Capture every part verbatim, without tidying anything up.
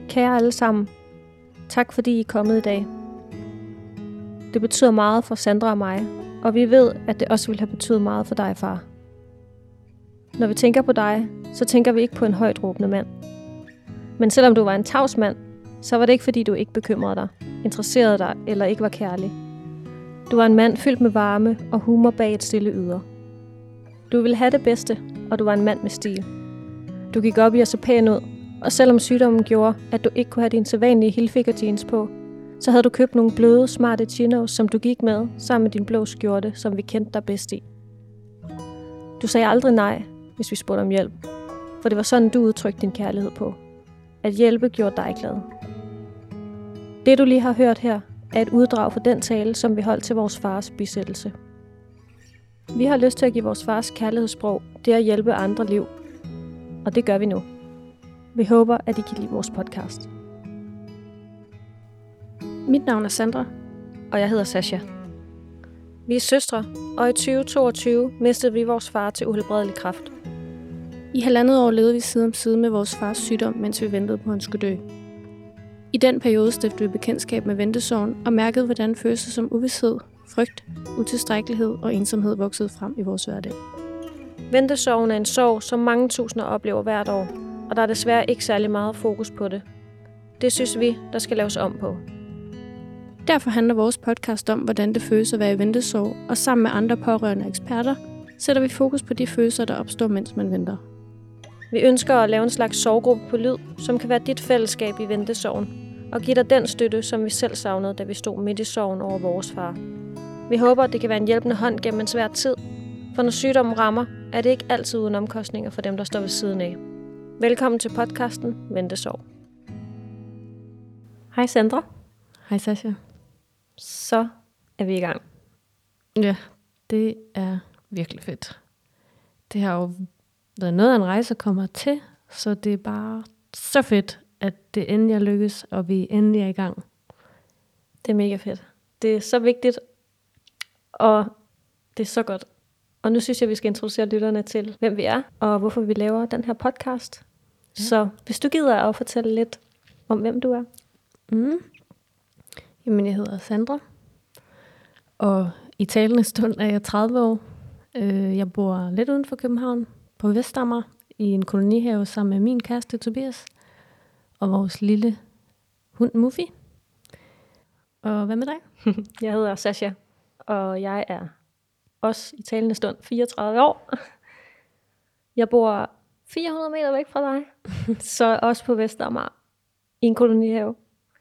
Kære alle sammen, tak fordi I er kommet i dag. Det betyder meget for Sandra og mig, og vi ved, at det også ville have betydet meget for dig, far. Når vi tænker på dig, så tænker vi ikke på en højt råbende mand. Men selvom du var en tavs mand, så var det ikke fordi du ikke bekymrede dig, interesserede dig eller ikke var kærlig. Du var en mand fyldt med varme og humor bag et stille ydre. Du ville have det bedste, og du var en mand med stil. Du gik op i at se pæn ud, og selvom sygdommen gjorde, at du ikke kunne have dine sædvanlige Hilfiger jeans på, så havde du købt nogle bløde, smarte chinos, som du gik med, sammen med din blå skjorte, som vi kendte dig bedst i. Du sagde aldrig nej, hvis vi spurgte om hjælp, for det var sådan, du udtrykte din kærlighed på. At hjælpe gjorde dig glad. Det, du lige har hørt her, er et uddrag fra den tale, som vi holdt til vores fars bisættelse. Vi har lyst til at give vores fars kærlighedssprog, det at hjælpe andre liv, og det gør vi nu. Vi håber, at I kan lide vores podcast. Mit navn er Sandra, og jeg hedder Sasha. Vi er søstre, og i tyve toogtyve mistede vi vores far til uhelbredelig kræft. I halvandet år levede vi side om side med vores fars sygdom, mens vi ventede på, at han skulle dø. I den periode stiftede vi bekendtskab med ventesorgen og mærkede, hvordan følelser som uvished, frygt, utilstrækkelighed og ensomhed voksede frem i vores hverdag. Ventesorgen er en sorg, som mange tusinder oplever hvert år, og der er desværre ikke særlig meget fokus på det. Det synes vi, der skal laves om på. Derfor handler vores podcast om, hvordan det føles at være i ventesorg, og sammen med andre pårørende eksperter, sætter vi fokus på de følelser, der opstår, mens man venter. Vi ønsker at lave en slags sorggruppe på lyd, som kan være dit fællesskab i ventesorgen, og give dig den støtte, som vi selv savnede, da vi stod midt i sorgen over vores far. Vi håber, at det kan være en hjælpende hånd gennem en svær tid, for når sygdommen rammer, er det ikke altid uden omkostninger for dem, der står ved siden af. Velkommen til podcasten Ventesorg. Hej Sandra. Hej Sasha. Så er vi i gang. Ja, det er virkelig fedt. Det har jo været noget af en rejse at komme til, så det er bare så fedt, at det endelig er lykkes, og vi endelig er i gang. Det er mega fedt. Det er så vigtigt, og det er så godt. Og nu synes jeg, vi skal introducere lytterne til, hvem vi er, og hvorfor vi laver den her podcast. Ja. Så hvis du gider at fortælle lidt om, hvem du er. Mm. Jamen, jeg hedder Sandra, og i talende stund er jeg tredive år. Jeg bor lidt uden for København, på Vestamager, i en kolonihave sammen med min kæreste Tobias, og vores lille hund Muffy. Og hvad med dig? Jeg hedder Sasha, og jeg er også i talende stund fireogtredive år. Jeg bor fire hundrede meter væk fra dig, så også på Vestamager, i en kolonihave.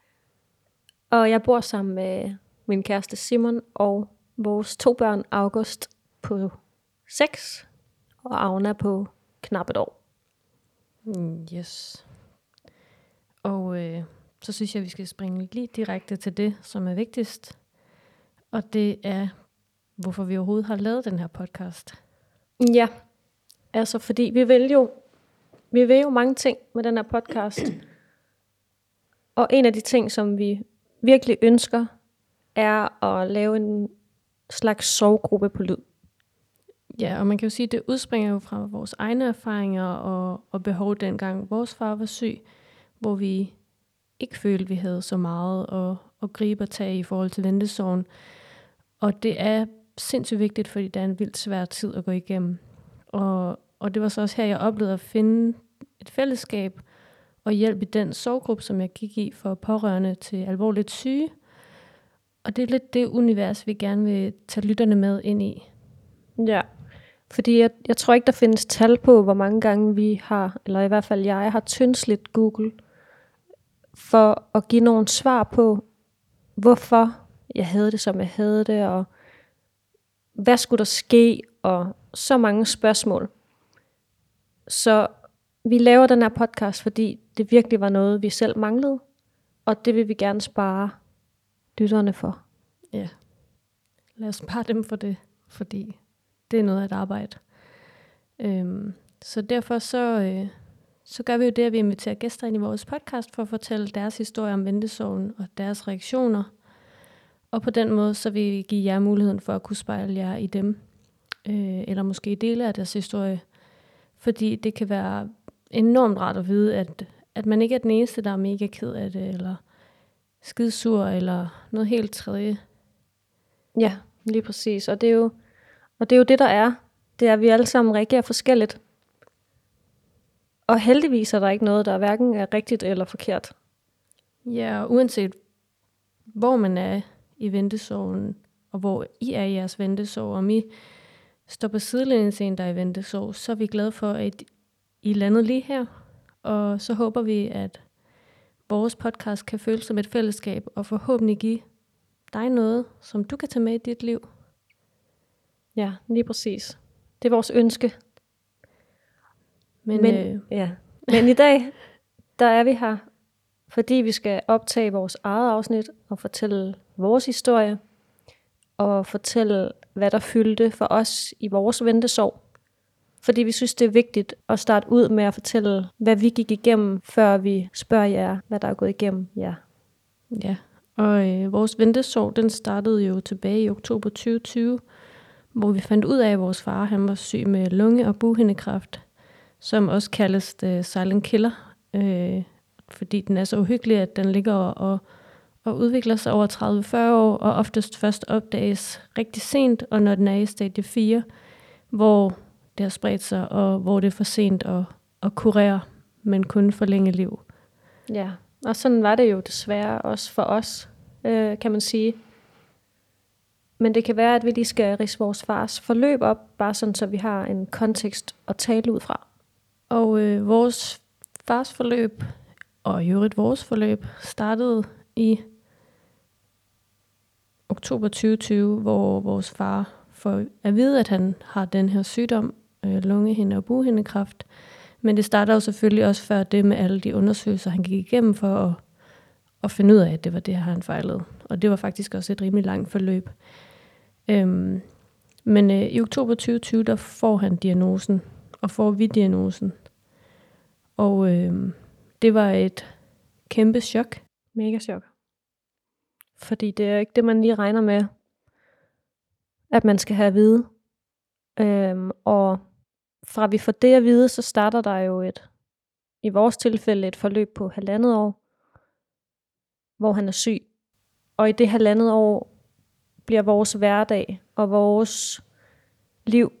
Og jeg bor sammen med min kæreste Simon og vores to børn, August på seks, og Agna på knap et år. Yes. Og øh, så synes jeg, vi skal springe lige direkte til det, som er vigtigst. Og det er, hvorfor vi overhovedet har lavet den her podcast. Ja, altså fordi vi vil jo, vi vil jo mange ting med den her podcast. Og en af de ting, som vi virkelig ønsker, er at lave en slags sorggruppe på lyd. Ja, og man kan jo sige, at det udspringer jo fra vores egne erfaringer og, og behov dengang vores far var syg, hvor vi ikke følte, vi havde så meget at, at gribe og tage i forhold til ventesorgen. Og det er sindssygt vigtigt, fordi det er en vildt svær tid at gå igennem. Og, og det var så også her, jeg oplevede at finde et fællesskab og hjælp i den sorggruppe, som jeg gik i for pårørende til alvorligt syge. Og det er lidt det univers, vi gerne vil tage lytterne med ind i. Ja, fordi jeg, jeg tror ikke, der findes tal på, hvor mange gange vi har, eller i hvert fald jeg, har tyndsligt Google, for at give nogle svar på, hvorfor jeg havde det, som jeg havde det, og hvad skulle der ske, og så mange spørgsmål. Så vi laver den her podcast, fordi det virkelig var noget, vi selv manglede, og det vil vi gerne spare lytterne for. Ja, lad os spare dem for det, fordi det er noget af et arbejde. Øhm, så derfor så, øh, så gør vi jo det, at vi inviterer gæster ind i vores podcast for at fortælle deres historie om ventesorgen og deres reaktioner. Og på den måde, så vil vi give jer muligheden for at kunne spejle jer i dem, øh, eller måske dele af deres historie. Fordi det kan være enormt rart at vide, at, at man ikke er den eneste, der er mega ked af det, eller skidsur, eller noget helt tredje. Ja, lige præcis. Og det er jo, og det, er jo det, der er. Det er, at vi alle sammen reagerer forskelligt. Og heldigvis er der ikke noget, der hverken er rigtigt eller forkert. Ja, og uanset hvor man er i ventesorgen, og hvor I er i jeres ventesorg, om I står på sidelinjen til en, der er i ventesorg, så er vi glade for, at I landede lige her. Og så håber vi, at vores podcast kan føles som et fællesskab, og forhåbentlig give dig noget, som du kan tage med i dit liv. Ja, lige præcis. Det er vores ønske. Men, Men, øh, ja. Men i dag, der er vi her, fordi vi skal optage vores eget afsnit og fortælle vores historie, og fortælle, hvad der fyldte for os i vores ventesorg. Fordi vi synes, det er vigtigt at starte ud med at fortælle, hvad vi gik igennem, før vi spørger jer, hvad der er gået igennem jer. ja, og øh, vores ventesorg, den startede jo tilbage i oktober tyve tyve, hvor vi fandt ud af, at vores far han var syg med lunge- og bughindekræft, som også kaldes the silent killer, øh, fordi den er så uhyggelig, at den ligger og, og udvikler sig over tredive til fyrre år, og oftest først opdages rigtig sent, og når den er i stadie fire, hvor det har spredt sig, og hvor det er for sent at, at kurere, men kun forlænge liv. Ja, og sådan var det jo desværre også for os, øh, kan man sige. Men det kan være, at vi lige skal ridse vores fars forløb op, bare sådan, så vi har en kontekst at tale ud fra. Og øh, vores fars forløb, og i øvrigt vores forløb, startede i oktober tyve tyve, hvor vores far får at vide, at han har den her sygdom, øh, lungehinde- og bughindekræft. Men det starter jo selvfølgelig også før det med alle de undersøgelser, han gik igennem for at, at finde ud af, at det var det, han fejlede. Og det var faktisk også et rimelig langt forløb. Øhm, men øh, i oktober tyve tyve, der får han diagnosen, og får vi diagnosen. Og øh, det var et kæmpe chok. Mega chok. Fordi det er ikke det, man lige regner med, at man skal have at vide. Øhm, og fra vi får det at vide, så starter der jo et, i vores tilfælde, et forløb på halvandet år, hvor han er syg. Og i det halvandet år bliver vores hverdag og vores liv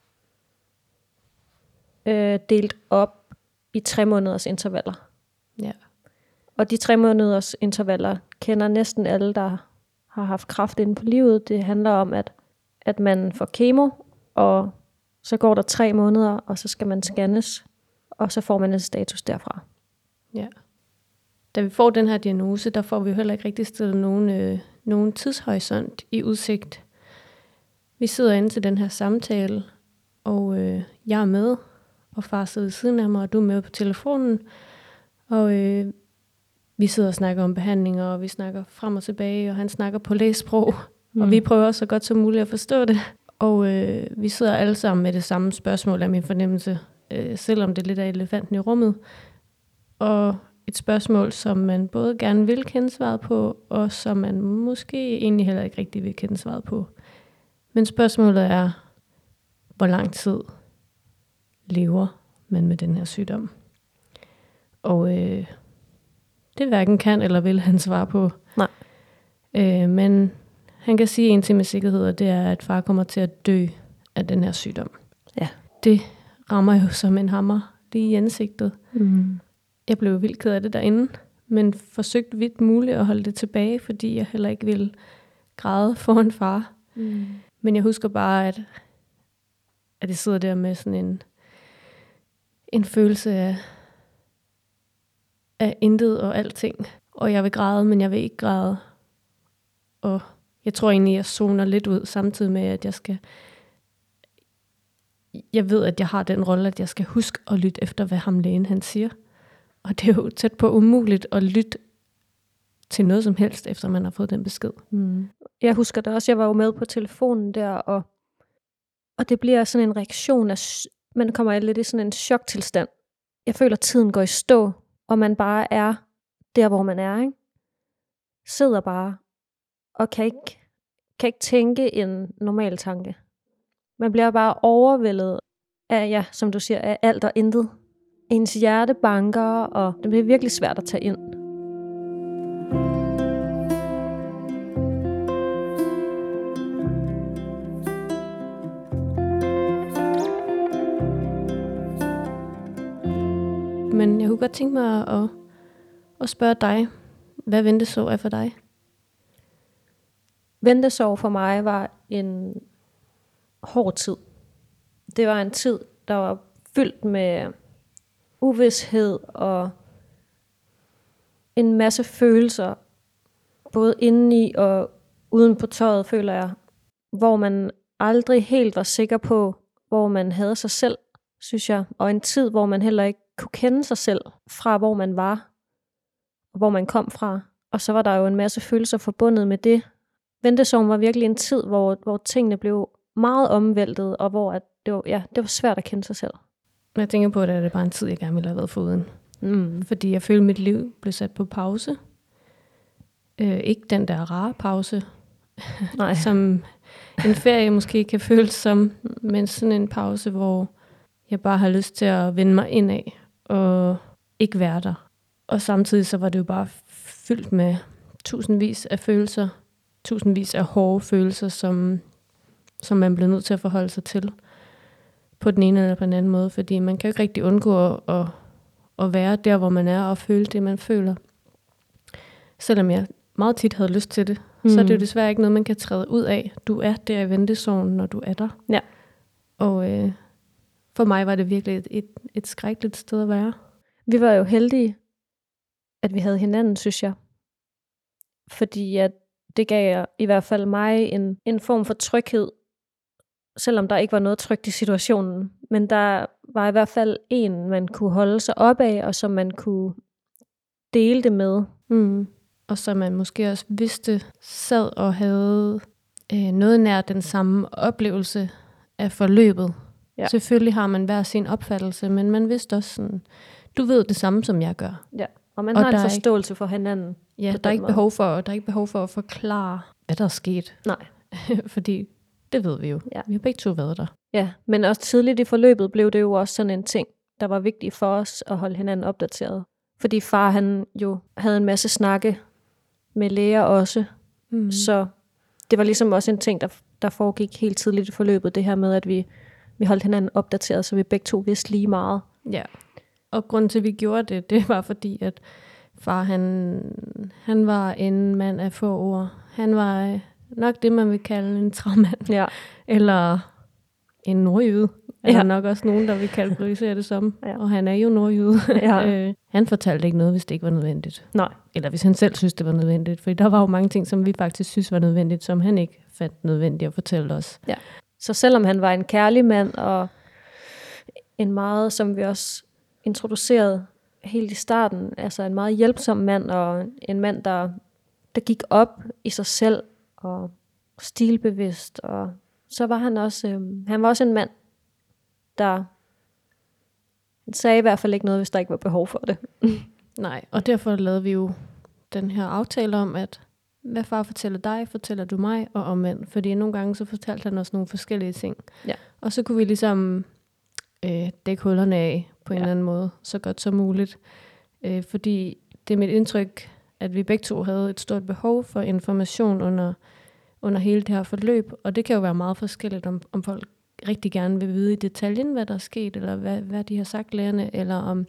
øh, delt op i tre måneders intervaller. Ja. Og de tre måneders intervaller kender næsten alle, der har haft kræft inde på livet. Det handler om, at, at man får kemo, og så går der tre måneder, og så skal man scannes, og så får man en status derfra. Ja. Da vi får den her diagnose, der får vi jo heller ikke rigtig stillet nogen, øh, nogen tidshorisont i udsigt. Vi sidder inde til den her samtale, og øh, jeg er med, og far sidder ved siden af mig, og du er med på telefonen. Og øh, vi sidder og snakker om behandlinger, og vi snakker frem og tilbage, og han snakker på lægesprog, mm. og vi prøver så godt som muligt at forstå det. Og øh, vi sidder alle sammen med det samme spørgsmål af min fornemmelse, øh, selvom det er lidt af elefanten i rummet. Og et spørgsmål, som man både gerne vil kende svaret på, og som man måske egentlig heller ikke rigtig vil kende svaret på. Men spørgsmålet er, hvor lang tid lever man med den her sygdom? Og øh, det hverken kan eller vil han svare på. Nej. Øh, men han kan sige en ting med sikkerhed, og det er, at far kommer til at dø af den her sygdom. Ja. Det rammer jo som en hammer lige i ansigtet. Mm. Jeg blev vildt ked af det derinde, men forsøgte vidt muligt at holde det tilbage, fordi jeg heller ikke ville græde foran far. Mm. Men jeg husker bare, at, at jeg sidder der med sådan en, en følelse af, af intet og alting. Og jeg vil græde, men jeg vil ikke græde. Og jeg tror egentlig, jeg zoner lidt ud, samtidig med, at jeg skal... Jeg ved, at jeg har den rolle, at jeg skal huske at lytte efter, hvad ham lægen han siger. Og det er jo tæt på umuligt at lytte til noget som helst, efter man har fået den besked. Mm. Jeg husker det også, jeg var jo med på telefonen der, og, og det bliver sådan en reaktion af, man kommer lidt i sådan en choktilstand. Jeg føler, at tiden går i stå, og man bare er der, hvor man er, ikke? Sidder bare, og kan ikke, kan ikke tænke en normal tanke. Man bliver bare overvældet af, ja, som du siger, af alt og intet. Ens hjerte banker, og det bliver virkelig svært at tage ind. Men jeg kunne godt tænke mig at, at spørge dig, hvad ventesorg er for dig? Ventesorg for mig var en hård tid. Det var en tid, der var fyldt med uvished og en masse følelser, både indeni og uden på tøjet, føler jeg, hvor man aldrig helt var sikker på, hvor man havde sig selv, synes jeg, og en tid, hvor man heller ikke kunne kende sig selv fra, hvor man var, og hvor man kom fra. Og så var der jo en masse følelser forbundet med det. Ventesorgen var virkelig en tid, hvor, hvor tingene blev meget omvæltet, og hvor at det, var, ja, det var svært at kende sig selv. Jeg tænker på, at det er bare en tid, jeg gerne ville have været foruden. Mm. Fordi jeg følte, at mit liv blev sat på pause. Øh, ikke den der rare pause, Nej. som en ferie måske kan føles som, men sådan en pause, hvor jeg bare har lyst til at vende mig indad og ikke være der. Og samtidig så var det jo bare fyldt med tusindvis af følelser, tusindvis af hårde følelser, som, som man blev nødt til at forholde sig til på den ene eller på den anden måde, fordi man kan jo ikke rigtig undgå at, at, at være der, hvor man er, og føle det, man føler. Selvom jeg meget tit havde lyst til det, mm. så er det jo desværre ikke noget, man kan træde ud af. Du er der i ventesorgen, når du er der. Ja. Og øh, for mig var det virkelig et, et, et skrækkeligt sted at være. Vi var jo heldige, at vi havde hinanden, synes jeg. Fordi at det gav i hvert fald mig en, en form for tryghed, selvom der ikke var noget trygt i situationen. Men der var i hvert fald en, man kunne holde sig op af, og som man kunne dele det med. Mm. Og som man måske også vidste, sad og havde øh, noget nær den samme oplevelse af forløbet. Ja. Selvfølgelig har man hver sin opfattelse, men man vidste også sådan, du ved det samme, som jeg gør. Ja, og man og har en forståelse ikke, for hinanden. Ja, der er, ikke behov for, der er ikke behov for at forklare, hvad der er sket. Nej. Fordi det ved vi jo. Ja. Vi har begge to været der. Ja, men også tidligt i forløbet blev det jo også sådan en ting, der var vigtig for os at holde hinanden opdateret. Fordi far, han jo havde en masse snakke med læger også. Mm. Så det var ligesom også en ting, der, der foregik helt tidligt i forløbet, det her med, at vi, vi holdt hinanden opdateret, så vi begge to vidste lige meget. Ja, og grunden til, at vi gjorde det, det var fordi, at far, han, han var en mand af få ord. Han var nok det, man vil kalde en træmand. Ja. Eller en nordjyde. Er ja. Der nok også nogen, der vil kategorisere det som. Ja. Og han er jo nordjyde. Ja. Han fortalte ikke noget, hvis det ikke var nødvendigt. Nej. Eller hvis han selv synes, det var nødvendigt. For der var jo mange ting, som vi faktisk synes var nødvendigt, som han ikke fandt nødvendigt at fortælle os. Ja. Så selvom han var en kærlig mand, og en meget, som vi også introducerede helt i starten, altså en meget hjælpsom mand, og en mand, der, der gik op i sig selv, og stilbevidst, og så var han også, øh, han var også en mand, der han sagde i hvert fald ikke noget, hvis der ikke var behov for det. Nej, og derfor lavede vi jo den her aftale om, at hvad far fortæller dig, fortæller du mig, og omvendt. Fordi nogle gange så fortalte han os nogle forskellige ting. Ja. Og så kunne vi ligesom øh, dække hullerne af på en ja. eller anden måde, så godt som muligt. Øh, fordi det er mit indtryk, at vi begge to havde et stort behov for information under, under hele det her forløb. Og det kan jo være meget forskelligt, om, om folk rigtig gerne vil vide i detaljen, hvad der er sket, eller hvad, hvad de har sagt lærerne, eller om,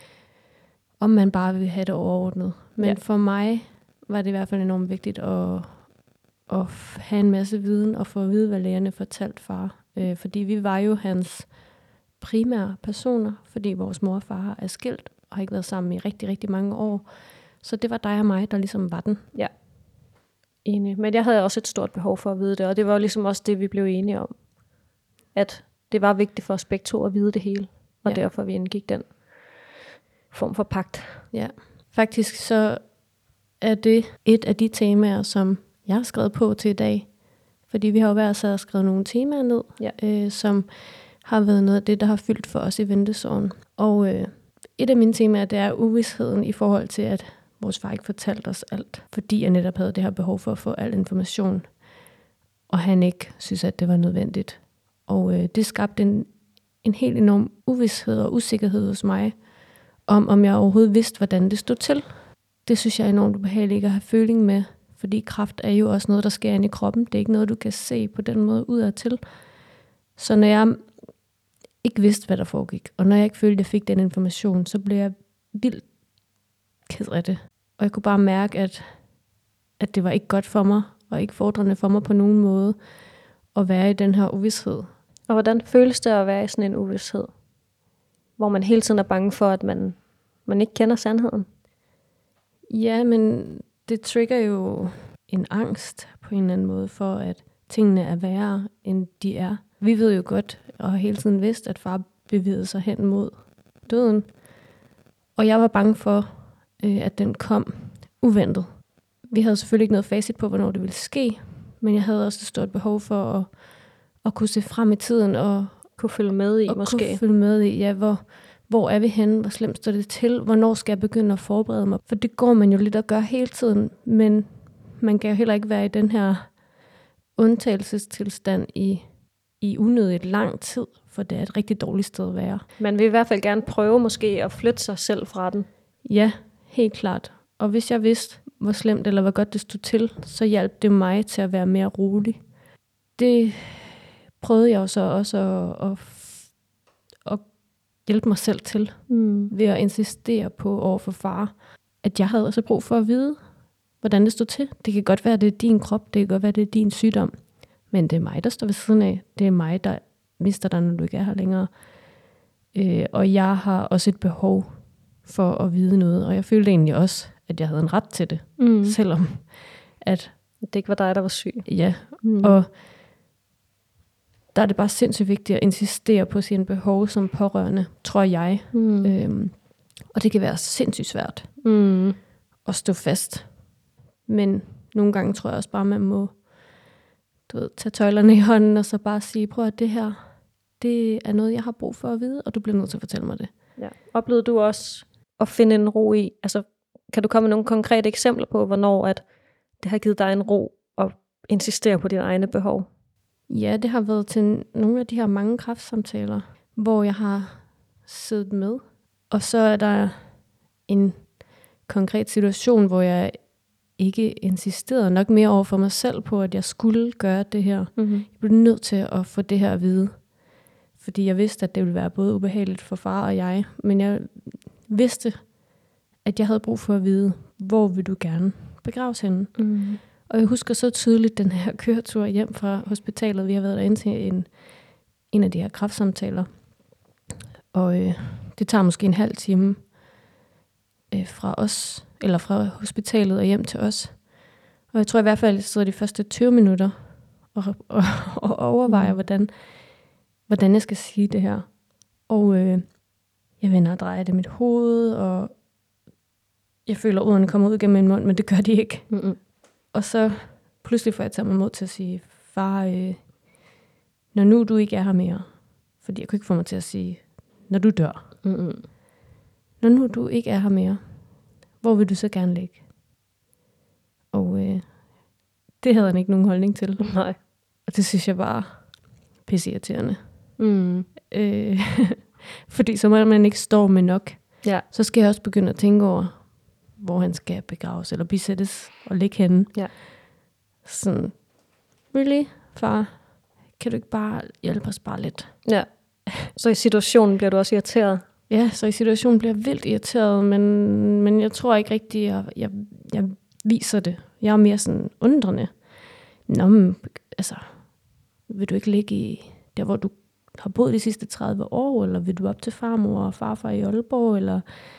om man bare vil have det overordnet. Men ja. For mig var det i hvert fald enormt vigtigt at, at have en masse viden, og få at vide, hvad lærerne fortalte far. Øh, fordi vi var jo hans primære personer, fordi vores mor og far er skilt, og har ikke været sammen i rigtig, rigtig mange år. Så det var dig og mig, der ligesom var den. Ja, enig. Men jeg havde også et stort behov for at vide det, og det var ligesom også det, vi blev enige om. At det var vigtigt for os begge to at vide det hele, og ja. Derfor vi indgik den form for pagt. Ja, faktisk så er det et af de temaer, som jeg har skrevet på til i dag. Fordi vi har jo været så og skrevet nogle temaer ned, ja. øh, som har været noget af det, der har fyldt for os i ventesorgen. Og øh, et af mine temaer, det er uvisheden i forhold til, at vores far ikke fortalte os alt. Fordi jeg netop havde det her behov for at få al information. Og han ikke synes, at det var nødvendigt. Og øh, det skabte en, en helt enorm uvished og usikkerhed hos mig. om, om jeg overhovedet vidste, hvordan det stod til. Det synes jeg er enormt ubehageligt at have føling med, fordi kræft er jo også noget, der sker inde i kroppen. Det er ikke noget, du kan se på den måde udadtil. Så når jeg ikke vidste, hvad der foregik, og når jeg ikke følte, at jeg fik den information, så blev jeg vildt ked af det. Og jeg kunne bare mærke, at, at det var ikke godt for mig, og ikke fordrende for mig på nogen måde, at være i den her uvished. Og hvordan føles det at være i sådan en uvished? Hvor man hele tiden er bange for, at man, man ikke kender sandheden? Ja, men det trigger jo en angst på en eller anden måde for, at tingene er værre, end de er. Vi ved jo godt, og har hele tiden vidst, at far bevægede sig hen mod døden. Og jeg var bange for, øh, at den kom uventet. Vi havde selvfølgelig ikke noget facit på, hvornår det ville ske, men jeg havde også et stort behov for at, at kunne se frem i tiden og kunne følge med i, og måske. kunne følge med i, ja, hvor, hvor er vi henne, hvor slemt står det til, hvornår skal jeg begynde at forberede mig. For det går man jo lidt at gøre hele tiden, men man kan jo heller ikke være i den her undtagelsestilstand i, i unødigt lang tid, for det er et rigtig dårligt sted at være. Man vil i hvert fald gerne prøve måske at flytte sig selv fra den. Ja, helt klart. Og hvis jeg vidste, hvor slemt eller hvor godt det stod til, så hjalp det mig til at være mere rolig. Det prøvede jeg så også at, at, at hjælpe mig selv til, mm. ved at insistere på over for far, at jeg havde også brug for at vide, hvordan det stod til. Det kan godt være, at det er din krop, det kan godt være, at det er din sygdom, men det er mig, der står ved siden af. Det er mig, der mister dig, når du ikke er her længere. Øh, og jeg har også et behov for at vide noget, og jeg følte egentlig også, at jeg havde en ret til det, mm. selvom at det ikke var dig, der var syg. Ja, mm. og der er det bare sindssygt vigtigt at insistere på sine behov som pårørende, tror jeg. Mm. Øhm, og det kan være sindssygt svært mm. at stå fast. Men nogle gange tror jeg også bare, man må du ved, tage tøjlerne i hånden og så bare sige, prøv at det her, det er noget, jeg har brug for at vide, og du bliver nødt til at fortælle mig det. Ja. Oplevede du også at finde en ro i, altså kan du komme med nogle konkrete eksempler på, hvornår at det har givet dig en ro at insistere på dine egne behov? Ja, det har været til nogle af de her mange kræftsamtaler, hvor jeg har siddet med. Og så er der en konkret situation, hvor jeg ikke insisterede nok mere over for mig selv på, at jeg skulle gøre det her. Mm-hmm. Jeg blev nødt til at få det her at vide. Fordi jeg vidste, at det ville være både ubehageligt for far og jeg. Men jeg vidste, at jeg havde brug for at vide, hvor vil du gerne begraves henne. Mm-hmm. Og jeg husker så tydeligt den her køretur hjem fra hospitalet. Vi har været derinde til en, en af de her kræftsamtaler. Og øh, det tager måske en halv time øh, fra os, eller fra hospitalet og hjem til os. Og jeg tror i hvert fald, at jeg sidder de første tyve minutter og, og, og overvejer, mm. hvordan, hvordan jeg skal sige det her. Og øh, jeg vender og drejer det i mit hoved, og jeg føler, at ordene kommer ud gennem min mund, men det gør de ikke. Mm-mm. Og så pludselig får jeg taget mig mod til at sige, far, øh, når nu du ikke er her mere, fordi jeg kunne ikke få mig til at sige, når du dør. Mm-hmm. Når nu du ikke er her mere, hvor vil du så gerne ligge? Og øh, det havde han ikke nogen holdning til. Nej. Og det synes jeg bare pisseirriterende. Mm. Øh, fordi så må man ikke stå med nok. Ja. Så skal jeg også begynde at tænke over, hvor han skal begraves eller bisættes og ligge henne. Ja. Sådan, really, far, kan du ikke bare hjælpe os bare lidt? Ja. Så i situationen bliver du også irriteret? Ja, så i situationen bliver jeg vildt irriteret, men, men jeg tror ikke rigtigt, at jeg, jeg, jeg viser det. Jeg er mere sådan undrende. Nå, men, altså, vil du ikke ligge i der, hvor du har boet de sidste tredive år, eller vil du op til farmor og farfar i Aalborg, eller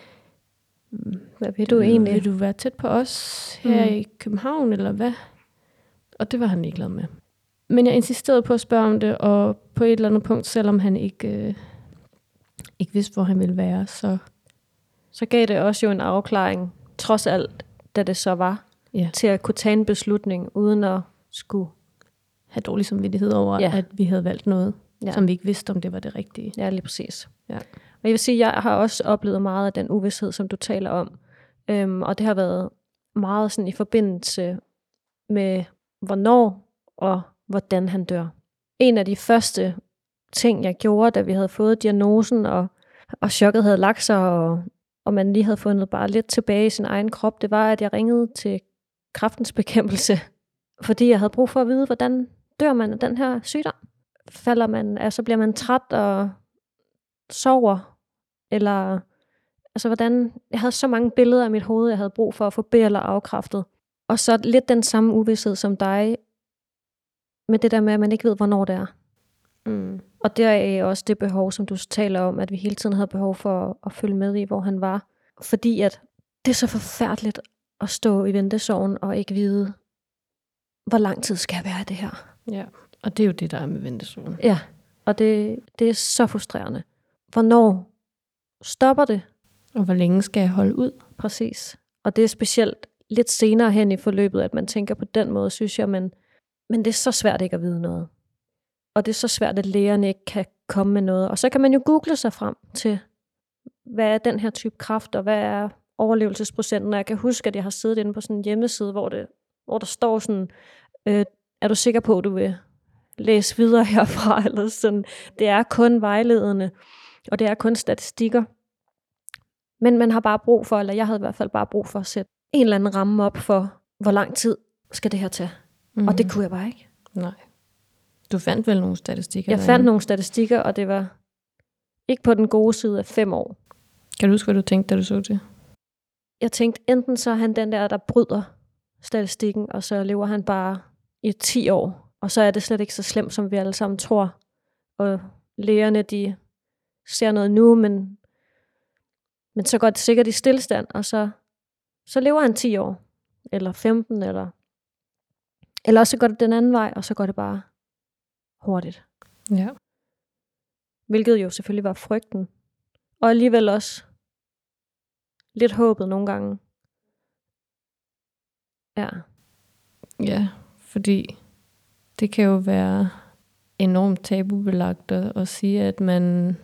hvad vil du egentlig? Vil du være tæt på os her mm. i København, eller hvad? Og det var han ikke glad med. Men jeg insisterede på at spørge om det, og på et eller andet punkt, selvom han ikke, øh, ikke vidste, hvor han ville være, så... Så gav det også jo en afklaring, trods alt, da det så var, ja. Til at kunne tage en beslutning, uden at skulle have dårlig samvittighed over, ja. At vi havde valgt noget, ja. Som vi ikke vidste, om det var det rigtige. Ja, lige præcis. Ja. Og jeg vil sige, jeg har også oplevet meget af den uvished, som du taler om. Øhm, og det har været meget sådan i forbindelse med, hvornår og hvordan han dør. En af de første ting, jeg gjorde, da vi havde fået diagnosen, og, og chokket havde lagt sig, og og man lige havde fundet bare lidt tilbage i sin egen krop, det var, at jeg ringede til Kræftens Bekæmpelse, fordi jeg havde brug for at vide, hvordan dør man af den her sygdom. Falder man, altså bliver man træt og sover, eller altså hvordan, jeg havde så mange billeder af mit hoved, jeg havde brug for at få be- eller afkræftet. Og så lidt den samme uvished som dig, med det der med, at man ikke ved, hvornår det er. Mm. Og der er også det behov, som du taler om, at vi hele tiden havde behov for at, at følge med i, hvor han var. Fordi at det er så forfærdeligt at stå i ventesorgen og ikke vide, hvor lang tid skal jeg være i det her. Ja, og det er jo det, der er med ventesorgen. Ja, og det, det er så frustrerende. Hvornår stopper det? Og hvor længe skal jeg holde ud? Præcis. Og det er specielt lidt senere hen i forløbet, at man tænker på den måde, synes jeg, men, men det er så svært ikke at vide noget. Og det er så svært, at lægerne ikke kan komme med noget. Og så kan man jo google sig frem til, hvad er den her type kræft, og hvad er overlevelsesprocenten. Og jeg kan huske, at jeg har siddet inde på sådan en hjemmeside, hvor, det, hvor der står sådan, øh, er du sikker på, at du vil læse videre herfra? Eller sådan. Det er kun vejledende, og det er kun statistikker. Men man har bare brug for, eller jeg havde i hvert fald bare brug for at sætte en eller anden ramme op for, hvor lang tid skal det her tage. Mm-hmm. Og det kunne jeg bare ikke. Nej. Du fandt vel nogle statistikker? Jeg fandt nogle statistikker, og det var ikke på den gode side af fem år. Kan du huske, hvad du tænkte, da du så det? Jeg tænkte, enten så er han den der, der bryder statistikken, og så lever han bare i ti år. Og så er det slet ikke så slemt, som vi alle sammen tror. Og lægerne, de ser noget nu, men, men så går det sikkert i stillestand, og så, så lever han ti år. Eller femten, eller... Eller også så går det den anden vej, og så går det bare hurtigt. Ja. Hvilket jo selvfølgelig var frygten. Og alligevel også lidt håbet nogle gange. Ja. Ja, fordi det kan jo være enormt tabubelagt at, at sige, at man,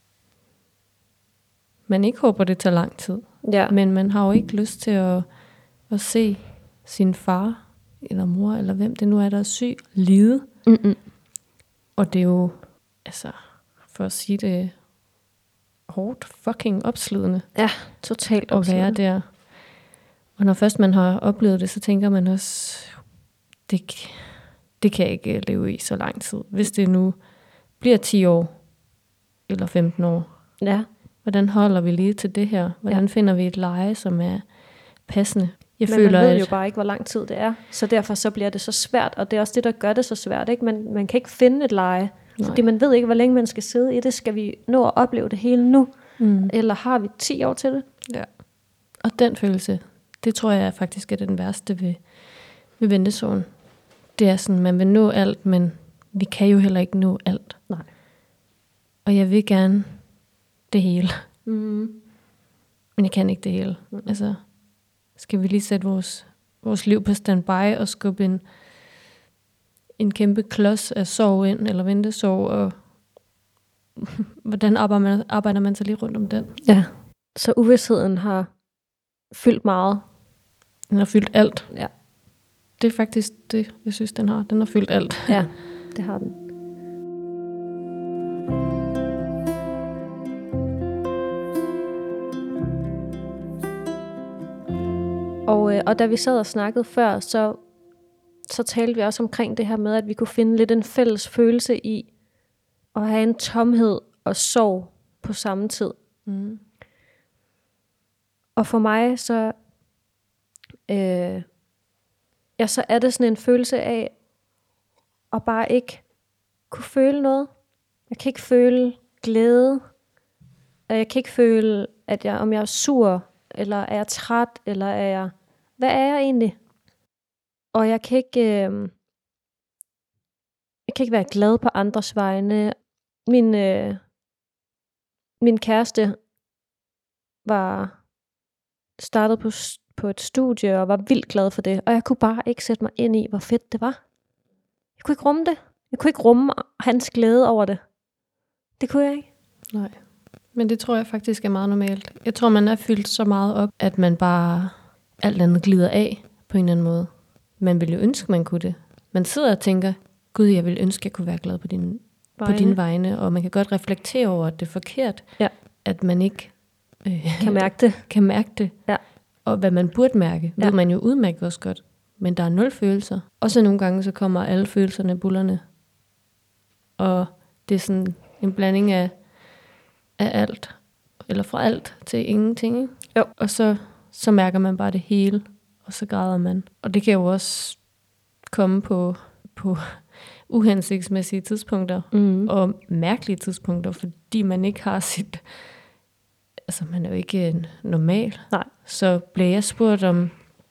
man ikke håber, det tager lang tid. Ja. Men man har jo ikke lyst til at, at se sin far eller mor, eller hvem det nu er, der er syg, lide. Mm-mm. Og det er jo, altså, for at sige det hårdt, fucking opslidende. Ja, totalt at opslidende. være der. Og når først man har oplevet det, så tænker man også, det, det kan jeg ikke leve i så lang tid. Hvis det nu bliver ti år, eller femten år, Ja. hvordan holder vi lige til det her? Hvordan Ja. finder vi et leje, som er passende? Jeg Men føler, man ved at jo bare ikke, hvor lang tid det er. Så derfor så bliver det så svært, og det er også det, der gør det så svært. Ikke? Man, man kan ikke finde et leje, Nej. fordi man ved ikke, hvor længe man skal sidde i det. Skal vi nå at opleve det hele nu? Mm. Eller har vi ti år til det? Ja. Og den følelse, det tror jeg faktisk er den værste ved, ved ventesorgen. Det er sådan, man vil nå alt, men vi kan jo heller ikke nå alt. Nej. Og jeg vil gerne det hele. Mm. Men jeg kan ikke det hele. Mm. Altså, skal vi lige sætte vores, vores liv på standby og skubbe en, en kæmpe klods af sorg ind, eller ventesorg, og hvordan arbejder man, arbejder man så lige rundt om den? Ja. Så uvidsheden har fyldt meget. Den har fyldt alt. Ja. Det er faktisk det, jeg synes, den har. Den har fyldt alt. Ja, det har den. Og, øh, og da vi sad og snakkede før, så, så talte vi også omkring det her med, at vi kunne finde lidt en fælles følelse i at have en tomhed og sorg på samme tid. Mm. Og for mig så, øh, ja, så er det sådan en følelse af at bare ikke kunne føle noget. Jeg kan ikke føle glæde. Og jeg kan ikke føle, at jeg, om jeg er sur, eller er jeg træt, eller er jeg... Hvad er jeg egentlig? Og jeg kan ikke... Øh, jeg kan ikke være glad på andres vegne. Min, øh, min kæreste var startet på, på et studie, og var vildt glad for det. Og jeg kunne bare ikke sætte mig ind i, hvor fedt det var. Jeg kunne ikke rumme det. Jeg kunne ikke rumme hans glæde over det. Det kunne jeg ikke. Nej. Men det tror jeg faktisk er meget normalt. Jeg tror, man er fyldt så meget op, at man bare alt andet glider af på en eller anden måde. Man ville jo ønske, man kunne det. Man sidder og tænker, gud, jeg ville ønske, jeg kunne være glad på din, på dine vegne. Og man kan godt reflektere over, at det er forkert, ja. at man ikke øh, Kan mærke det. kan mærke det. Ja. Og hvad man burde mærke, Ja. ved man jo udmærket også godt. Men der er nul følelser. Og så nogle gange, så kommer alle følelserne bullerne. Og det er sådan en blanding af, af alt. Eller fra alt til ingenting. Ikke? Jo. Og så, så mærker man bare det hele. Og så græder man. Og det kan jo også komme på, på uhensigtsmæssige tidspunkter. Mm. Og mærkelige tidspunkter, fordi man ikke har sit... Altså, man er jo ikke normal. Nej. Så bliver jeg spurgt om,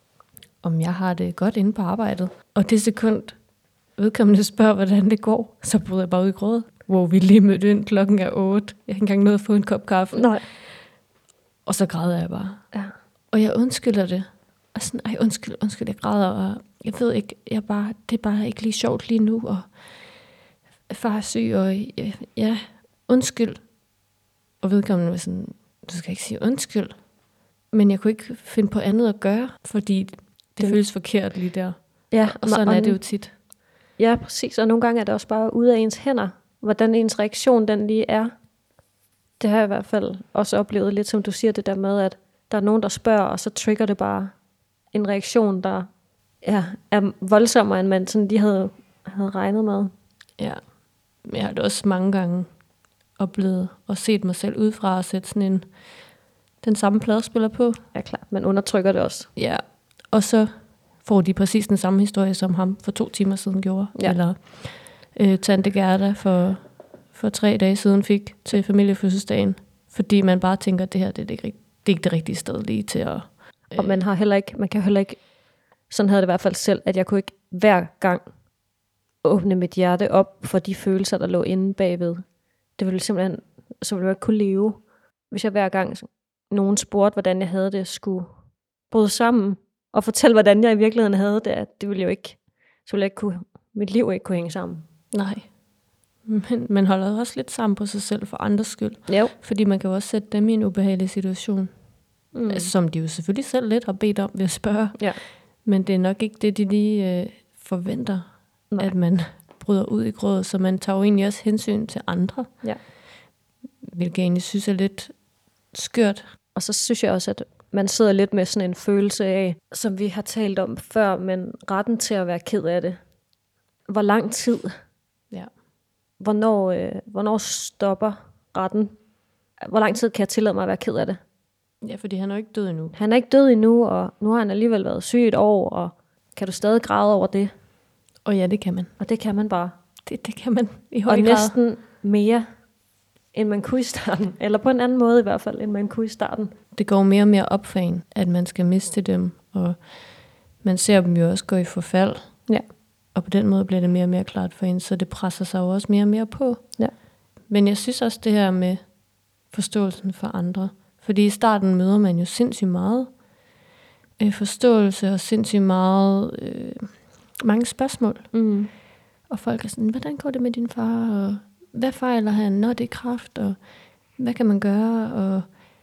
om jeg har det godt inde på arbejdet. Og det sekund, vedkommende spørger, hvordan det går, så bryder jeg bare ud i gråd. Hvor vi lige mødte ind, klokken er otte. Jeg har ikke engang nået at få en kop kaffe. Nej. Og så græder jeg bare. Ja. Og jeg undskylder det. Og sådan, ej, undskyld, undskyld, jeg græder. Og jeg ved ikke, jeg bare, det er bare ikke lige sjovt lige nu. Og far er syg, og ja, ja undskyld. Og vedkommende var sådan, du skal ikke sige undskyld. Men jeg kunne ikke finde på andet at gøre, fordi det, det føles forkert lige der. Ja, Og sådan er det jo tit. Ja, præcis. Og nogle gange er det også bare ude af ens hænder, hvordan ens reaktion den lige er. Det har jeg i hvert fald også oplevet lidt, som du siger, det der med, at der er nogen, der spørger, og så trigger det bare en reaktion, der ja, er voldsommere, end man sådan lige havde, havde regnet med. Ja, men jeg har det også mange gange oplevet og set mig selv udefra og sætte sådan en, den samme pladespiller på. Ja, klart. Man undertrykker det også. Ja, og så får de præcis den samme historie, som ham for to timer siden gjorde. Ja. Eller øh, tante Gerda for, for tre dage siden fik til familiefødselsdagen. Fordi man bare tænker, at det her det er, det, ikke, det er ikke det rigtige sted lige til at... Øh. Og man har heller ikke, man kan heller ikke, sådan havde det i hvert fald selv, at jeg kunne ikke hver gang åbne mit hjerte op for de følelser, der lå inde bagved. Det ville simpelthen, så ville jeg ikke kunne leve, hvis jeg hver gang nogen spurgte, hvordan jeg havde det, skulle bryde sammen og fortælle, hvordan jeg i virkeligheden havde det. Det ville jeg jo ikke, så ville jeg ikke kunne, mit liv ikke kunne hænge sammen. Nej, men man holder også lidt sammen på sig selv for andres skyld. Jo. Fordi man kan jo også sætte dem i en ubehagelig situation. Mm. Altså, som de jo selvfølgelig selv lidt har bedt om ved at spørge. Ja. Men det er nok ikke det, de lige øh, forventer, Nej. At man bryder ud i gråd. Så man tager jo egentlig også hensyn til andre. Ja. Hvilket jeg egentlig synes er lidt skørt. Og så synes jeg også, at man sidder lidt med sådan en følelse af, som vi har talt om før, men retten til at være ked af det. Hvor lang tid? Ja. Hvornår, øh, hvornår stopper retten? Hvor lang tid kan jeg tillade mig at være ked af det? Ja, fordi han er jo ikke død endnu. Han er ikke død endnu, og nu har han alligevel været syg et år, og kan du stadig græde over det? Og ja, det kan man. Og det kan man bare. Det, det kan man i høj og grad. næsten mere, end man kunne i starten. Eller på en anden måde i hvert fald, end man kunne i starten. Det går mere og mere op for en, at man skal miste dem. Og man ser dem jo også gå i forfald. Ja. Og på den måde bliver det mere og mere klart for en, så det presser sig jo også mere og mere på. Ja. Men jeg synes også det her med forståelsen for andre. Fordi i starten møder man jo sindssygt meget øh, forståelse og sindssygt meget øh, mange spørgsmål. Mm. Og folk er sådan, hvordan går det med din far? Og hvad fejler han? Når det er kræft? Og hvad kan man gøre? Og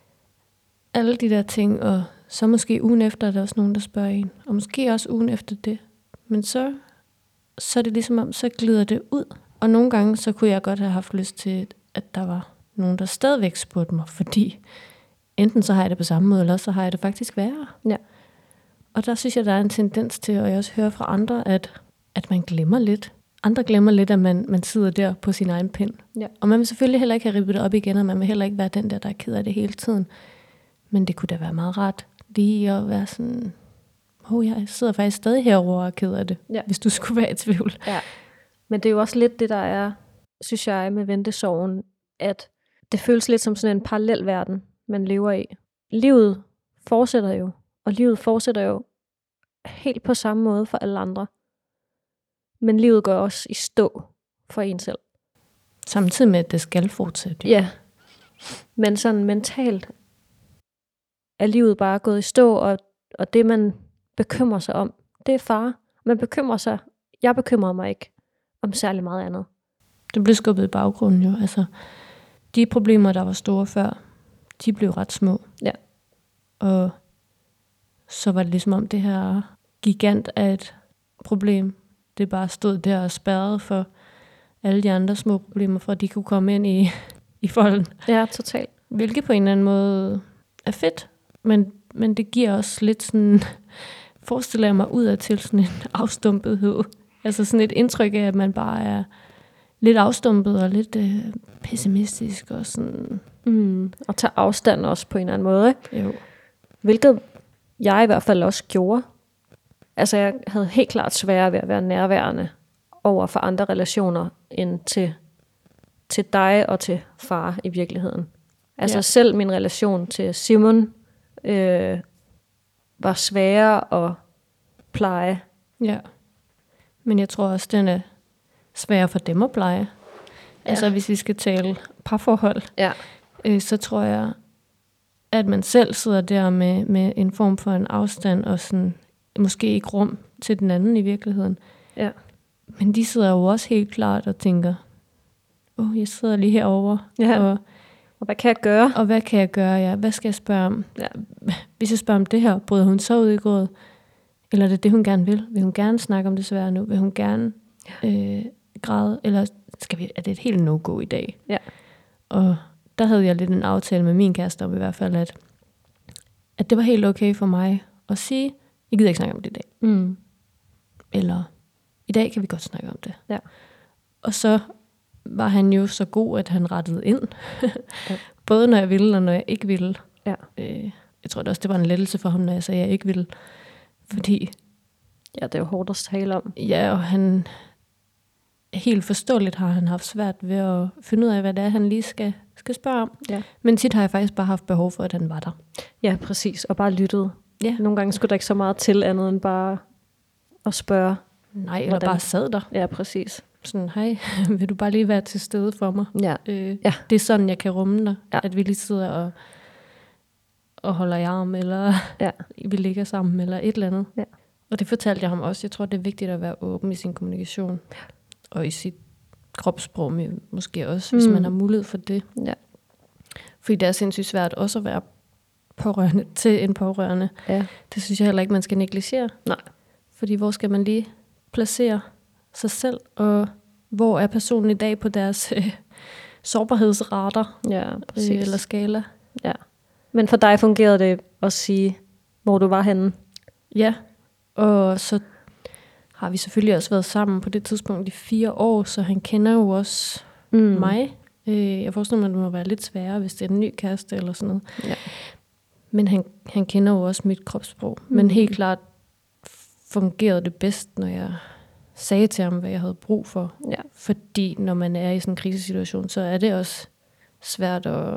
alle de der ting. Og så måske ugen efter er der også nogen, der spørger en. Og måske også ugen efter det. Men så, så er det ligesom om, så glider det ud. Og nogle gange, så kunne jeg godt have haft lyst til, at der var nogen, der stadigvæk spurgte mig. Fordi enten så har jeg det på samme måde, eller så har jeg det faktisk værre. Ja. Og der synes jeg, der er en tendens til, og jeg også hører fra andre, at, at man glemmer lidt. Andre glemmer lidt, at man, man sidder der på sin egen pind. Ja. Og man vil selvfølgelig heller ikke have ribbet det op igen, og man vil heller ikke være den der, der er ked af det hele tiden. Men det kunne da være meget rart lige at være sådan, åh, oh, jeg sidder faktisk stadig herovre og er ked af det, Ja. hvis du skulle være i tvivl. Ja. Men det er jo også lidt det, der er, synes jeg, med ventesorgen, at det føles lidt som sådan en parallel verden, man lever i. Livet fortsætter jo, og livet fortsætter jo helt på samme måde for alle andre. Men livet går også i stå for en selv. Samtidig med, at det skal fortsætte. Ja, men sådan mentalt er livet bare gået i stå, og, og det man bekymrer sig om, det er far. Man bekymrer sig, jeg bekymrer mig ikke om særlig meget andet. Det blev skubbet i baggrunden jo. Altså, de problemer, der var store før, de blev ret små. Ja. Og så var det ligesom om det her gigant af et problem, det bare stod der og spærrede for alle de andre små problemer, for at de kunne komme ind i, i folden. Ja, totalt. Hvilket på en eller anden måde er fedt, men, men det giver også lidt sådan, forestiller jeg mig ud af til sådan en afstumpethed. Altså sådan et indtryk af, at man bare er lidt afstumpet og lidt øh, pessimistisk og sådan. Mm. Og tage afstand også på en eller anden måde, ikke? Jo. Hvilket jeg i hvert fald også gjorde. Altså jeg havde helt klart sværere ved at være nærværende over for andre relationer end til, til dig og til far i virkeligheden. Altså Ja. selv min relation til Simon øh, var sværere at pleje. Ja. Men jeg tror også, den er svær for dem at pleje. Ja. Altså hvis vi skal tale parforhold, Ja. øh, så tror jeg, at man selv sidder der med, med en form for en afstand og sådan, måske ikke rum til den anden i virkeligheden. Ja. Men de sidder jo også helt klart og tænker, åh, oh, jeg sidder lige herovre. Ja. Og, Og hvad kan jeg gøre? og hvad kan jeg gøre? Ja? Hvad skal jeg spørge om? Ja. Hvis jeg spørger om det her, bryder hun så ud i grådet? Eller er det det, hun gerne vil? Vil hun gerne snakke om det svære nu? Vil hun gerne øh, græde? Eller skal vi, er det et helt no-go i dag? Ja. Og der havde jeg lidt en aftale med min kæreste om i hvert fald, at, at det var helt okay for mig at sige, jeg gider ikke snakke om det i dag. Mm. Eller i dag kan vi godt snakke om det. Ja. Og så var han jo så god, at han rettede ind. Ja. Både når jeg ville, og når jeg ikke ville. Ja. Øh, jeg tror det også, det var en lettelse for ham, når jeg sagde, at jeg ikke ville. Fordi, Ja, det er jo hårdt at tale om. ja, og han helt forståeligt har han haft svært ved at finde ud af, hvad det er, han lige skal, skal spørge om. Ja. Men tit har jeg faktisk bare haft behov for, at han var der. Ja, præcis. Og bare lyttede. Ja. Nogle gange skulle der ikke så meget til andet end bare at spørge. Nej, eller Hvordan? bare sad der. Ja, præcis. Sådan, hej, vil du bare lige være til stede for mig? Ja. Øh, Ja. Det er sådan, jeg kan rumme dig. Ja. At vi lige sidder og, og holder i arm, eller Ja. vi ligger sammen, eller et eller andet. Ja. Og det fortalte jeg ham også. Jeg tror, det er vigtigt at være åben i sin kommunikation. Og i sit kropssprog med- måske også, hvis Mm. man har mulighed for det. Ja. Fordi det er sindssygt svært også at være pårørende til en pårørende. Ja. Det synes jeg heller ikke, man skal negligere. Nej. Fordi hvor skal man lige placere sig selv, og hvor er personen i dag på deres øh, sårbarhedsrater Ja, øh, præcis. eller skala? Ja. Men for dig fungerede det at sige, hvor du var henne. Ja, og så har vi selvfølgelig også været sammen på det tidspunkt i fire år, så han kender jo også Mm. mig. Øh, jeg forestiller mig, at det må være lidt sværere, hvis det er en ny kæreste eller sådan noget. Ja. Men han, han kender jo også mit kropssprog. Mm. Men helt klart fungerede det bedst, når jeg sagde til ham, hvad jeg havde brug for. Ja. Fordi når man er i sådan en krisesituation, så er det også svært at,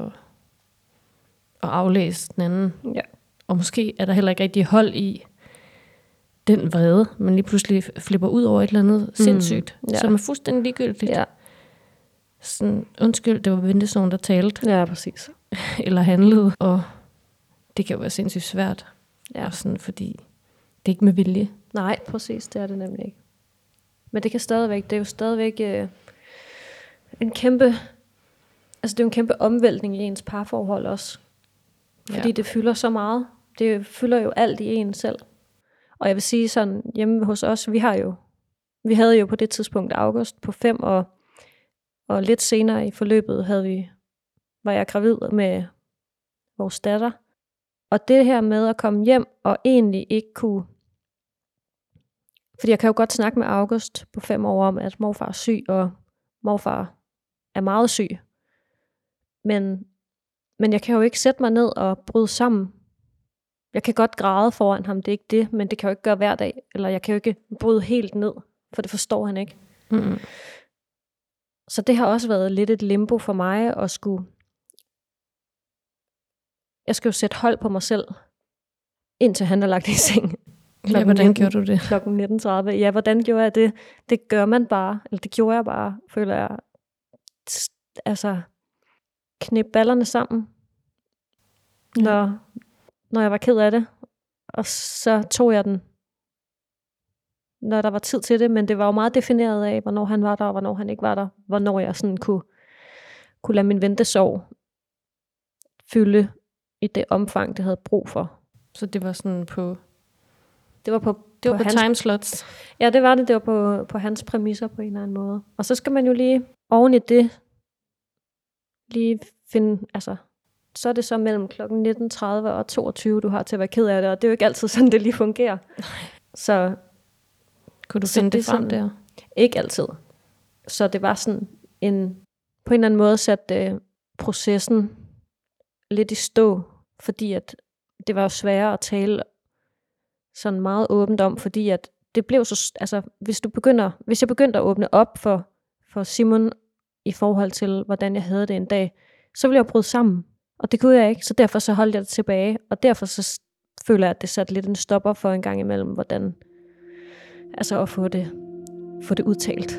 at aflæse den anden. Ja. Og måske er der heller ikke rigtig hold i den vrede, man lige pludselig flipper ud over et eller andet mm. sindssygt, Ja. som er fuldstændig ligegyldigt. Ja. Sådan, undskyld, det var ventesonen, der talte, Ja, præcis. eller handlede, og det kan jo være sindssygt svært, Ja. og sådan, fordi det er ikke med vilje. Nej, præcis, det er det nemlig ikke. Men det kan stadigvæk, det er jo stadigvæk øh, en kæmpe, altså det er jo en kæmpe omvæltning i ens parforhold også. Fordi Ja. det fylder så meget. Det fylder jo alt i en selv. Og jeg vil sige sådan, hjemme hos os, vi har jo, vi havde jo på det tidspunkt August på fem, og, og lidt senere i forløbet havde vi, var jeg gravid med vores datter. Og det her med at komme hjem og egentlig ikke kunne, fordi jeg kan jo godt snakke med August på fem år om, at morfar er syg, og morfar er meget syg. Men, men jeg kan jo ikke sætte mig ned og bryde sammen. Jeg kan godt græde foran ham, det er ikke det, men det kan jeg jo ikke gøre hver dag. Eller jeg kan jo ikke bryde helt ned, for det forstår han ikke. Mm-hmm. Så det har også været lidt et limbo for mig at skulle, jeg skal jo sætte hold på mig selv, indtil han er lagt i seng. Ja, hvordan gjorde du det? Klokken nitten tredive. Ja, hvordan gjorde jeg det? Det gør man bare, eller det gjorde jeg bare, føler jeg. Altså, knep ballerne sammen, Ja. når, når jeg var ked af det. Og så tog jeg den, når der var tid til det, men det var jo meget defineret af, hvornår han var der, og hvornår han ikke var der. Hvornår jeg sådan kunne, kunne lade min ventesorg fylde i det omfang, det havde brug for. Så det var sådan på, Det var på, det var på, hans, på timeslots. Ja, det var det. Det var på, på hans præmisser på en eller anden måde. Og så skal man jo lige oven i det, lige finde, altså, så er det så mellem klokken nitten tredive og toogtyve, du har til at være ked af det, og det er jo ikke altid sådan, det lige fungerer. Så kunne du så finde det, det frem sådan- der? ikke altid. Så det var sådan en, på en eller anden måde satte øh, processen lidt i stå, fordi at det var jo sværere at tale sådan meget åbent om, fordi at det blev så, altså hvis du begynder, hvis jeg begyndte at åbne op for, for Simon i forhold til, hvordan jeg havde det en dag, så ville jeg jo bryde sammen, og det kunne jeg ikke, så derfor så holdt jeg det tilbage, og derfor så s- føler jeg, at det satte lidt en stopper for en gang imellem, hvordan, altså at få det, få det udtalt.